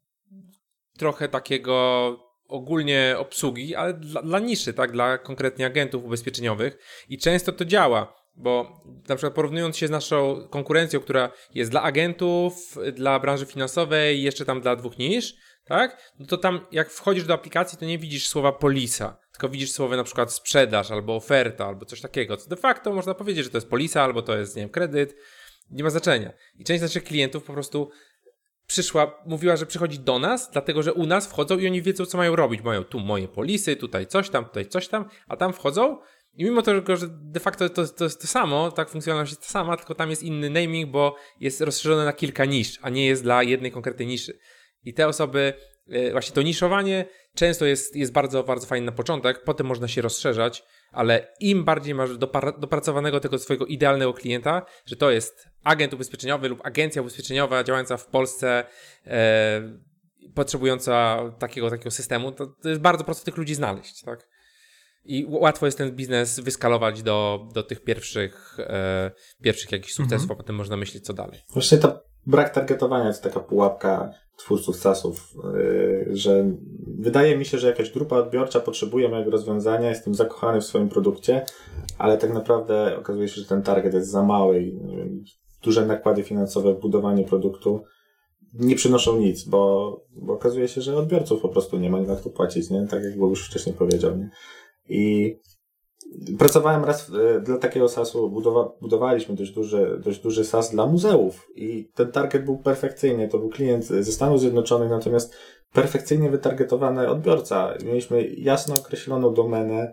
Speaker 3: trochę takiego ogólnie obsługi, ale dla, dla niszy, tak, dla konkretnie agentów ubezpieczeniowych i często to działa, bo na przykład porównując się z naszą konkurencją, która jest dla agentów, dla branży finansowej i jeszcze tam dla dwóch nisz, tak, no to tam jak wchodzisz do aplikacji, to nie widzisz słowa polisa, tylko widzisz słowo na przykład sprzedaż albo oferta, albo coś takiego, co de facto można powiedzieć, że to jest polisa, albo to jest, nie wiem, kredyt, nie ma znaczenia. I część naszych klientów po prostu przyszła, mówiła, że przychodzi do nas, dlatego że u nas wchodzą i oni wiedzą, co mają robić. Mają tu moje polisy, tutaj coś tam, tutaj coś tam, a tam wchodzą i mimo tego, że de facto to, to jest to samo, tak funkcjonalność jest ta sama, tylko tam jest inny naming, bo jest rozszerzone na kilka nisz, a nie jest dla jednej konkretnej niszy. I te osoby, właśnie to niszowanie często jest, jest bardzo, bardzo fajne na początek, potem można się rozszerzać, ale im bardziej masz dopar- dopracowanego tego swojego idealnego klienta, że to jest agent ubezpieczeniowy lub agencja ubezpieczeniowa działająca w Polsce, e, potrzebująca takiego, takiego systemu, to, to jest bardzo prosto tych ludzi znaleźć, tak? I łatwo jest ten biznes wyskalować do, do tych pierwszych, e, pierwszych jakichś sukcesów, mhm. a potem można myśleć, co dalej.
Speaker 4: Właśnie to brak targetowania to taka pułapka twórców SaaSów, yy, że wydaje mi się, że jakaś grupa odbiorcza potrzebuje mojego rozwiązania, jestem zakochany w swoim produkcie, ale tak naprawdę okazuje się, że ten target jest za mały i nie wiem, duże nakłady finansowe w budowanie produktu nie przynoszą nic, bo, bo okazuje się, że odbiorców po prostu nie ma, nie ma kto płacić, nie? Tak jak Bogusz wcześniej powiedział. Nie? I pracowałem raz dla takiego SaaSu, budowa, budowaliśmy dość duży, dość duży SaaS dla muzeów i ten target był perfekcyjny. To był klient ze Stanów Zjednoczonych, natomiast perfekcyjnie wytargetowany odbiorca. Mieliśmy jasno określoną domenę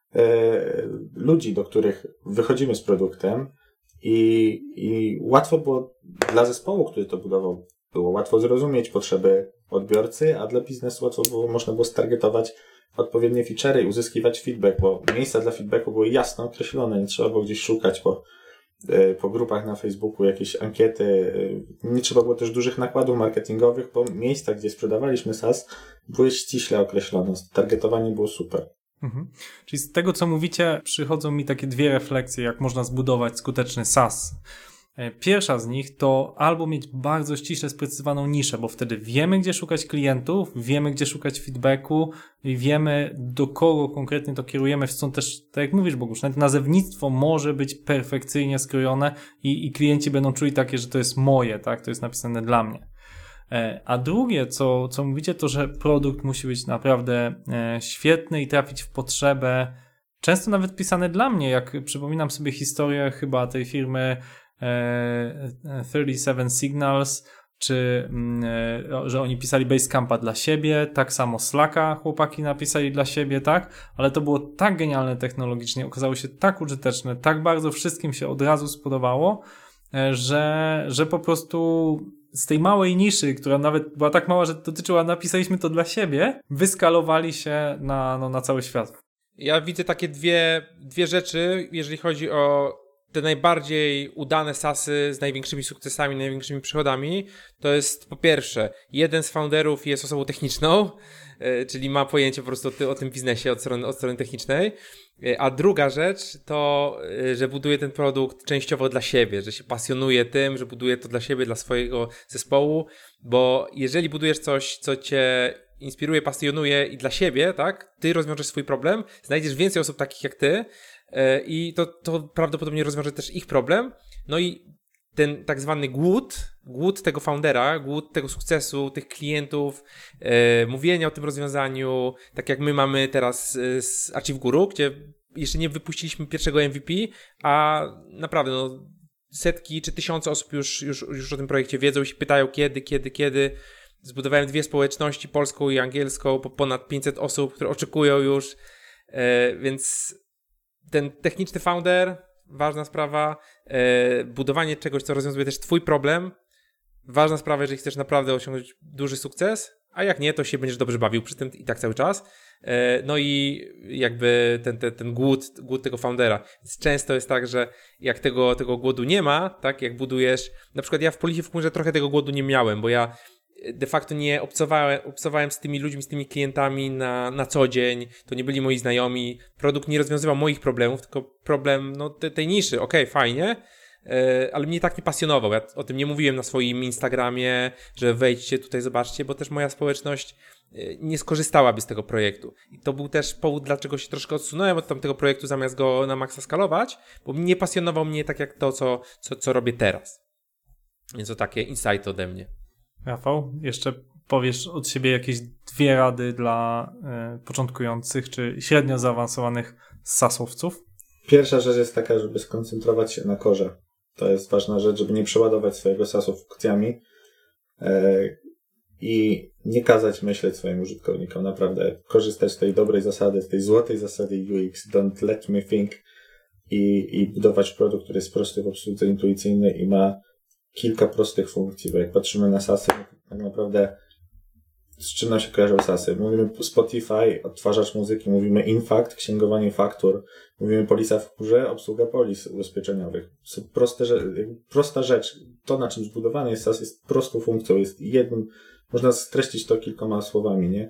Speaker 4: e, ludzi, do których wychodzimy z produktem i, i łatwo było dla zespołu, który to budował, było łatwo zrozumieć potrzeby odbiorcy, a dla biznesu łatwo było, można było stargetować odpowiednie feature'y i uzyskiwać feedback, bo miejsca dla feedbacku były jasno określone, nie trzeba było gdzieś szukać po, po grupach na Facebooku, jakieś ankiety, nie trzeba było też dużych nakładów marketingowych, bo miejsca, gdzie sprzedawaliśmy SaaS, były ściśle określone, targetowanie było super.
Speaker 2: Mhm. Czyli z tego, co mówicie, przychodzą mi takie dwie refleksje, jak można zbudować skuteczny SaaS. Pierwsza z nich to albo mieć bardzo ściśle sprecyzowaną niszę, bo wtedy wiemy, gdzie szukać klientów, wiemy, gdzie szukać feedbacku i wiemy, do kogo konkretnie to kierujemy. Są też, tak jak mówisz, Bogusz, nawet nazewnictwo może być perfekcyjnie skrojone i, i klienci będą czuli takie, że to jest moje, tak, to jest napisane dla mnie. A drugie, co, co mówicie, to, że produkt musi być naprawdę świetny i trafić w potrzebę, często nawet pisane dla mnie, jak przypominam sobie historię chyba tej firmy trzydzieści siedem Signals, czy że oni pisali Basecampa dla siebie, tak samo Slacka chłopaki napisali dla siebie, tak, ale to było tak genialne technologicznie, okazało się tak użyteczne, tak bardzo wszystkim się od razu spodobało, że, że po prostu z tej małej niszy, która nawet była tak mała, że dotyczyła, napisaliśmy to dla siebie, wyskalowali się na, no, na cały świat.
Speaker 3: Ja widzę takie dwie, dwie rzeczy, jeżeli chodzi o te najbardziej udane SaaSy z największymi sukcesami, największymi przychodami. To jest po pierwsze, jeden z founderów jest osobą techniczną, yy, czyli ma pojęcie po prostu o, ty, o tym biznesie od strony, od strony technicznej. Yy, a druga rzecz to, yy, że buduje ten produkt częściowo dla siebie, że się pasjonuje tym, że buduje to dla siebie, dla swojego zespołu, bo jeżeli budujesz coś, co cię inspiruje, pasjonuje i dla siebie, tak, ty rozwiążesz swój problem, znajdziesz więcej osób takich jak ty, i to, to prawdopodobnie rozwiąże też ich problem. No i ten tak zwany głód, głód tego foundera, głód tego sukcesu, tych klientów, e, mówienia o tym rozwiązaniu, tak jak my mamy teraz z Achieve Guru, gdzie jeszcze nie wypuściliśmy pierwszego M V P, a naprawdę no, setki czy tysiące osób już, już, już o tym projekcie wiedzą i się pytają kiedy, kiedy, kiedy. Zbudowałem dwie społeczności, polską i angielską, po ponad pięćset osób, które oczekują już, e, więc ten techniczny founder, ważna sprawa, e, budowanie czegoś, co rozwiązuje też twój problem, ważna sprawa, jeżeli chcesz naprawdę osiągnąć duży sukces, a jak nie, to się będziesz dobrze bawił przy tym i tak cały czas. E, no i jakby ten, ten, ten głód, głód tego foundera. Więc często jest tak, że jak tego, tego głodu nie ma, tak, jak budujesz, na przykład ja w Polifie w Chmurze trochę tego głodu nie miałem, bo ja de facto nie obcowałem, obcowałem z tymi ludźmi, z tymi klientami na, na co dzień, to nie byli moi znajomi, produkt nie rozwiązywał moich problemów, tylko problem no, te, tej niszy, okej, okay, fajnie, yy, ale mnie tak nie pasjonował, ja o tym nie mówiłem na swoim Instagramie, że wejdźcie tutaj, zobaczcie, bo też moja społeczność yy, nie skorzystałaby z tego projektu i to był też powód, dlaczego się troszkę odsunąłem od tamtego projektu, zamiast go na maksa skalować, bo nie pasjonował mnie tak jak to, co, co, co robię teraz. Więc to takie insighty ode mnie.
Speaker 2: Rafał, jeszcze powiesz od siebie jakieś dwie rady dla y, początkujących czy średnio zaawansowanych sasowców?
Speaker 4: Pierwsza rzecz jest taka, żeby skoncentrować się na korze. To jest ważna rzecz, żeby nie przeładować swojego sasu funkcjami yy, i nie kazać myśleć swoim użytkownikom. Naprawdę korzystać z tej dobrej zasady, z tej złotej zasady U X, don't let me think i, i budować produkt, który jest prosty w obsłudze, intuicyjny i ma kilka prostych funkcji, bo jak patrzymy na sasy, tak naprawdę z czym nam się kojarzą sasy? Mówimy Spotify, odtwarzacz muzyki, mówimy Infact, księgowanie faktur, mówimy polisa w chmurze, obsługa polis ubezpieczeniowych. Są proste, prosta rzecz. To, na czym zbudowany jest sas, jest prostą funkcją, jest jednym, można streścić to kilkoma słowami, nie?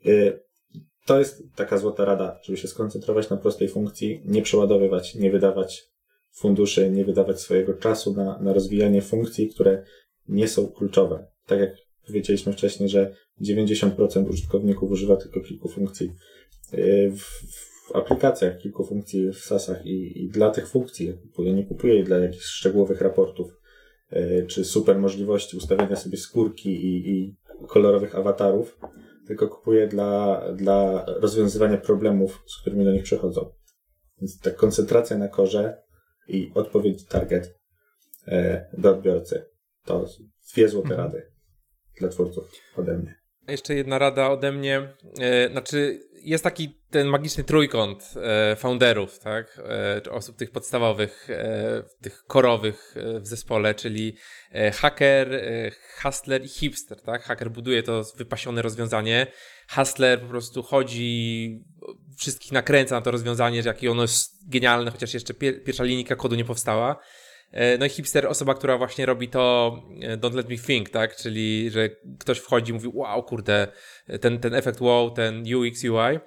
Speaker 4: To jest taka złota rada, żeby się skoncentrować na prostej funkcji, nie przeładowywać, nie wydawać funduszy, nie wydawać swojego czasu na, na rozwijanie funkcji, które nie są kluczowe. Tak jak powiedzieliśmy wcześniej, że dziewięćdziesiąt procent użytkowników używa tylko kilku funkcji w, w aplikacjach, kilku funkcji w sasach i, i dla tych funkcji ja kupuję, nie kupuję jej dla jakichś szczegółowych raportów czy super możliwości ustawiania sobie skórki i, i kolorowych awatarów, tylko kupuję dla, dla rozwiązywania problemów, z którymi do nich przychodzą. Więc ta koncentracja na korze i odpowiedź target e, do odbiorcy. To dwie złote mhm. rady dla twórców ode mnie.
Speaker 3: Jeszcze jedna rada ode mnie. E, znaczy jest taki ten magiczny trójkąt e, founderów, tak? E, czy osób tych podstawowych, e, tych korowych e, w zespole, czyli e, hacker, e, hustler i hipster, tak? Hacker buduje to wypasione rozwiązanie. Hustler po prostu chodzi, wszystkich nakręca na to rozwiązanie, że jakie ono jest genialne, chociaż jeszcze pier- pierwsza linijka kodu nie powstała. No i hipster, osoba, która właśnie robi to don't let me think, tak? Czyli, że ktoś wchodzi i mówi wow, kurde, ten, ten efekt wow, ten U X, U I.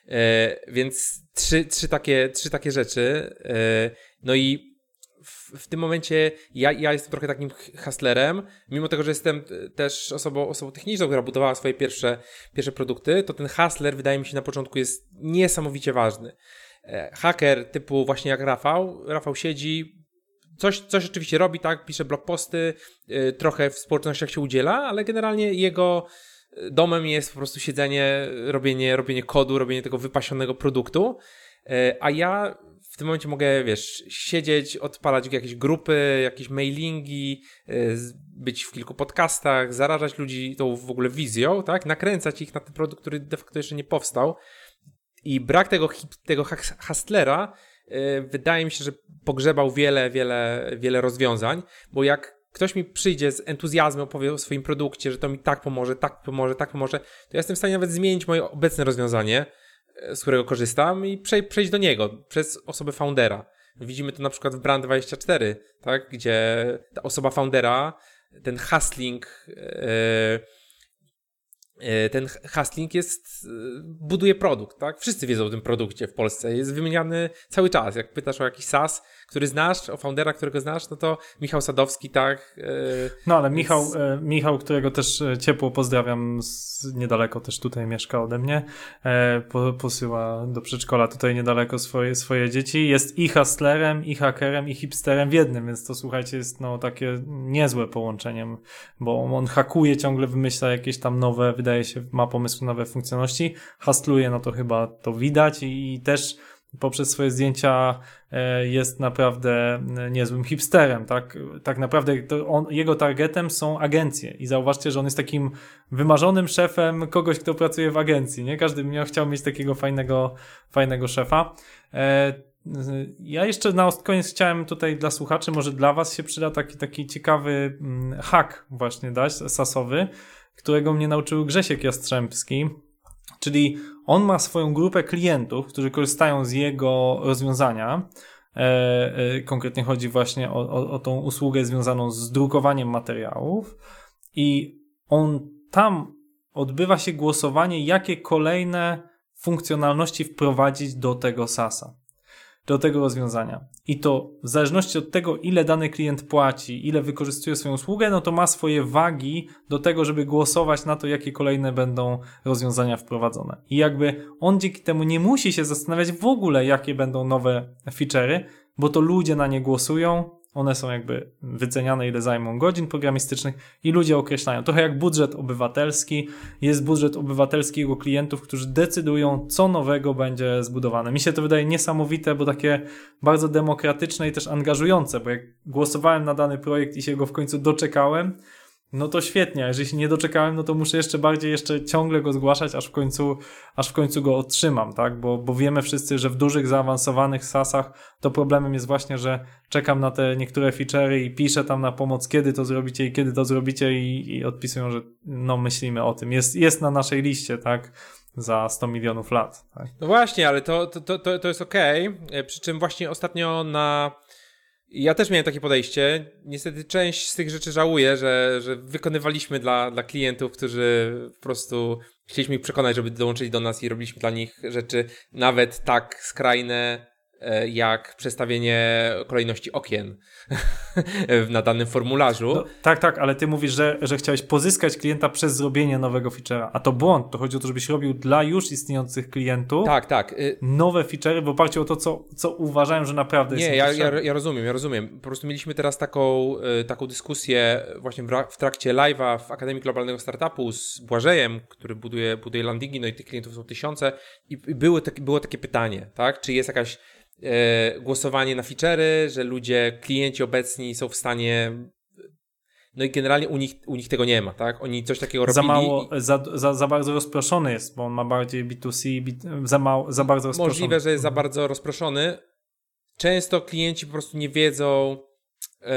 Speaker 3: Więc trzy, trzy, takie, trzy takie rzeczy. No i w, w tym momencie ja, ja jestem trochę takim hustlerem, mimo tego, że jestem też osobą, osobą techniczną, która budowała swoje pierwsze, pierwsze produkty, to ten hustler wydaje mi się na początku jest niesamowicie ważny. Haker typu właśnie jak Rafał, Rafał siedzi, Coś, coś oczywiście robi, tak, pisze blogposty, yy, trochę w społecznościach się udziela, ale generalnie jego domem jest po prostu siedzenie, robienie, robienie kodu, robienie tego wypasionego produktu, yy, a ja w tym momencie mogę, wiesz, siedzieć, odpalać jakieś grupy, jakieś mailingi, yy, być w kilku podcastach, zarażać ludzi tą w ogóle wizją, tak, nakręcać ich na ten produkt, który de facto jeszcze nie powstał i brak tego, tego hustlera wydaje mi się, że pogrzebał wiele, wiele, wiele rozwiązań, bo jak ktoś mi przyjdzie z entuzjazmem, opowie o swoim produkcie, że to mi tak pomoże, tak pomoże, tak pomoże, to ja jestem w stanie nawet zmienić moje obecne rozwiązanie, z którego korzystam i przejść do niego przez osobę foundera. Widzimy to na przykład w Brand dwadzieścia cztery, tak, gdzie ta osoba foundera, ten hustling, yy, ten hustling jest, buduje produkt, tak? Wszyscy wiedzą o tym produkcie w Polsce, jest wymieniany cały czas. Jak pytasz o jakiś SaaS, który znasz, o foundera, którego znasz, no to Michał Sadowski, tak?
Speaker 2: No ale Michał, z... Michał, którego też ciepło pozdrawiam, z niedaleko też tutaj mieszka ode mnie, po, posyła do przedszkola tutaj niedaleko swoje, swoje dzieci, jest i hustlerem, i hackerem, i hipsterem w jednym, więc to słuchajcie, jest no takie niezłe połączenie, bo on hakuje, ciągle wymyśla jakieś tam nowe, wydaje się, ma pomysły, nowe funkcjonalności, hustluje, no to chyba to widać i też poprzez swoje zdjęcia jest naprawdę niezłym hipsterem, tak? Tak naprawdę to on, jego targetem są agencje i zauważcie, że on jest takim wymarzonym szefem kogoś, kto pracuje w agencji, nie? Każdy by miał, chciał mieć takiego fajnego, fajnego szefa. Ja jeszcze na koniec chciałem tutaj dla słuchaczy, może dla was się przyda taki, taki ciekawy hack właśnie dać, sasowy, którego mnie nauczył Grzesiek Jastrzębski. Czyli on ma swoją grupę klientów, którzy korzystają z jego rozwiązania. E, e, konkretnie chodzi właśnie o, o, o tą usługę związaną z drukowaniem materiałów i on tam odbywa się głosowanie, jakie kolejne funkcjonalności wprowadzić do tego sasa, do tego rozwiązania. I to w zależności od tego, ile dany klient płaci, ile wykorzystuje swoją usługę, no to ma swoje wagi do tego, żeby głosować na to, jakie kolejne będą rozwiązania wprowadzone. I jakby on dzięki temu nie musi się zastanawiać w ogóle, jakie będą nowe feature'y, bo to ludzie na nie głosują, one są jakby wyceniane, ile zajmą godzin programistycznych i ludzie określają. Trochę jak budżet obywatelski. Jest budżet obywatelski jego klientów, którzy decydują, co nowego będzie zbudowane. Mi się to wydaje niesamowite, bo takie bardzo demokratyczne i też angażujące, bo jak głosowałem na dany projekt i się go w końcu doczekałem, no to świetnie, a jeżeli się nie doczekałem, no to muszę jeszcze bardziej, jeszcze ciągle go zgłaszać, aż w końcu, aż w końcu go otrzymam, tak? Bo, bo wiemy wszyscy, że w dużych, zaawansowanych sasach to problemem jest właśnie, że czekam na te niektóre feature'y i piszę tam na pomoc, kiedy to zrobicie i kiedy to zrobicie i, i odpisują, że no myślimy o tym. Jest, jest na naszej liście, tak? Za sto milionów lat, tak?
Speaker 3: No właśnie, ale to, to, to, to jest okej, okay. Przy czym właśnie ostatnio na... Ja też miałem takie podejście. Niestety część z tych rzeczy żałuję, że, że wykonywaliśmy dla, dla klientów, którzy po prostu chcieliśmy ich przekonać, żeby dołączyli do nas i robiliśmy dla nich rzeczy nawet tak skrajne, jak przestawienie kolejności okien na danym formularzu.
Speaker 2: No, tak, tak, ale ty mówisz, że, że chciałeś pozyskać klienta przez zrobienie nowego feature'a, a to błąd. To chodzi o to, żebyś robił dla już istniejących klientów
Speaker 3: tak, tak.
Speaker 2: nowe feature'y w oparciu o to, co, co uważają, że naprawdę
Speaker 3: Nie,
Speaker 2: jest
Speaker 3: ja, ja, ja rozumiem, ja rozumiem. Po prostu mieliśmy teraz taką, taką dyskusję właśnie w, w trakcie live'a w Akademii Globalnego Startupu z Błażejem, który buduje, buduje landingi, no i tych klientów są tysiące i były tak, było takie pytanie, tak? Czy jest jakaś E, głosowanie na feature'y, że ludzie, klienci obecni są w stanie, no i generalnie u nich, u nich tego nie ma, tak? Oni coś takiego robili.
Speaker 2: Za mało, za, za, za bardzo rozproszony jest, bo on ma bardziej B dwa C, B, za, mało, za bardzo rozproszony.
Speaker 3: Możliwe, że jest za bardzo rozproszony. Często klienci po prostu nie wiedzą, e,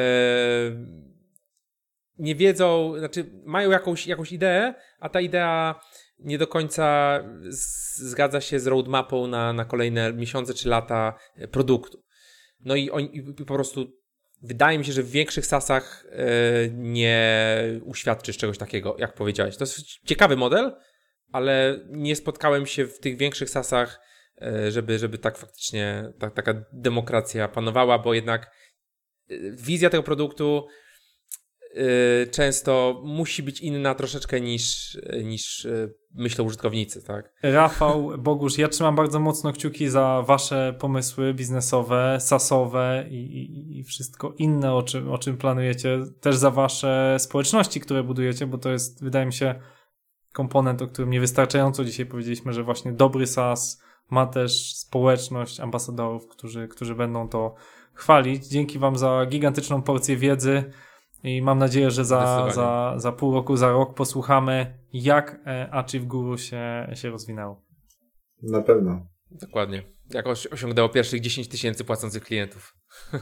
Speaker 3: nie wiedzą, znaczy mają jakąś, jakąś ideę, a ta idea nie do końca zgadza się z roadmapą na, na kolejne miesiące czy lata produktu. No i, on, i po prostu wydaje mi się, że w większych sasach yy, nie uświadczysz czegoś takiego, jak powiedziałeś. To jest ciekawy model, ale nie spotkałem się w tych większych sasach, yy, żeby, żeby tak faktycznie ta, taka demokracja panowała, bo jednak yy, wizja tego produktu Yy, często musi być inna troszeczkę niż, niż yy, myślą użytkownicy, tak?
Speaker 2: Rafał, Bogusz, ja trzymam bardzo mocno kciuki za wasze pomysły biznesowe, sasowe i, i, i wszystko inne, o czym, o czym planujecie. Też za wasze społeczności, które budujecie, bo to jest, wydaje mi się, komponent, o którym niewystarczająco dzisiaj powiedzieliśmy, że właśnie dobry SaaS ma też społeczność ambasadorów, którzy, którzy będą to chwalić. Dzięki wam za gigantyczną porcję wiedzy. I mam nadzieję, że za, za, za pół roku, za rok posłuchamy, jak Achieve Guru się, się rozwinęło.
Speaker 4: Na pewno.
Speaker 3: Dokładnie. Jak osiągnęło pierwszych dziesięć tysięcy płacących klientów.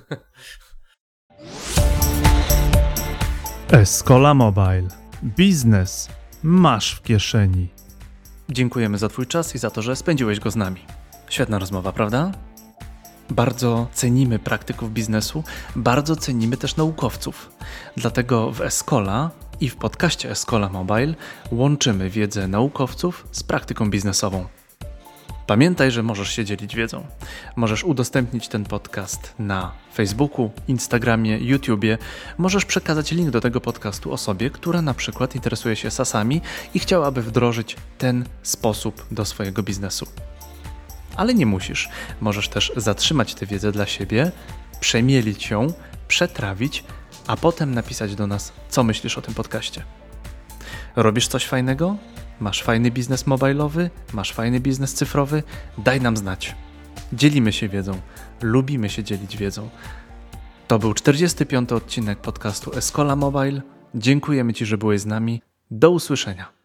Speaker 1: Escola Mobile. Biznes masz w kieszeni. Dziękujemy za twój czas i za to, że spędziłeś go z nami. Świetna rozmowa, prawda? Bardzo cenimy praktyków biznesu, bardzo cenimy też naukowców. Dlatego w Escola i w podcaście Escola Mobile łączymy wiedzę naukowców z praktyką biznesową. Pamiętaj, że możesz się dzielić wiedzą. Możesz udostępnić ten podcast na Facebooku, Instagramie, YouTubie. Możesz przekazać link do tego podcastu osobie, która na przykład interesuje się sasami i chciałaby wdrożyć ten sposób do swojego biznesu. Ale nie musisz. Możesz też zatrzymać tę wiedzę dla siebie, przemielić ją, przetrawić, a potem napisać do nas, co myślisz o tym podcaście. Robisz coś fajnego? Masz fajny biznes mobilowy? Masz fajny biznes cyfrowy? Daj nam znać. Dzielimy się wiedzą, lubimy się dzielić wiedzą. To był czterdziesty piąty odcinek podcastu Escola Mobile. Dziękujemy Ci, że byłeś z nami. Do usłyszenia.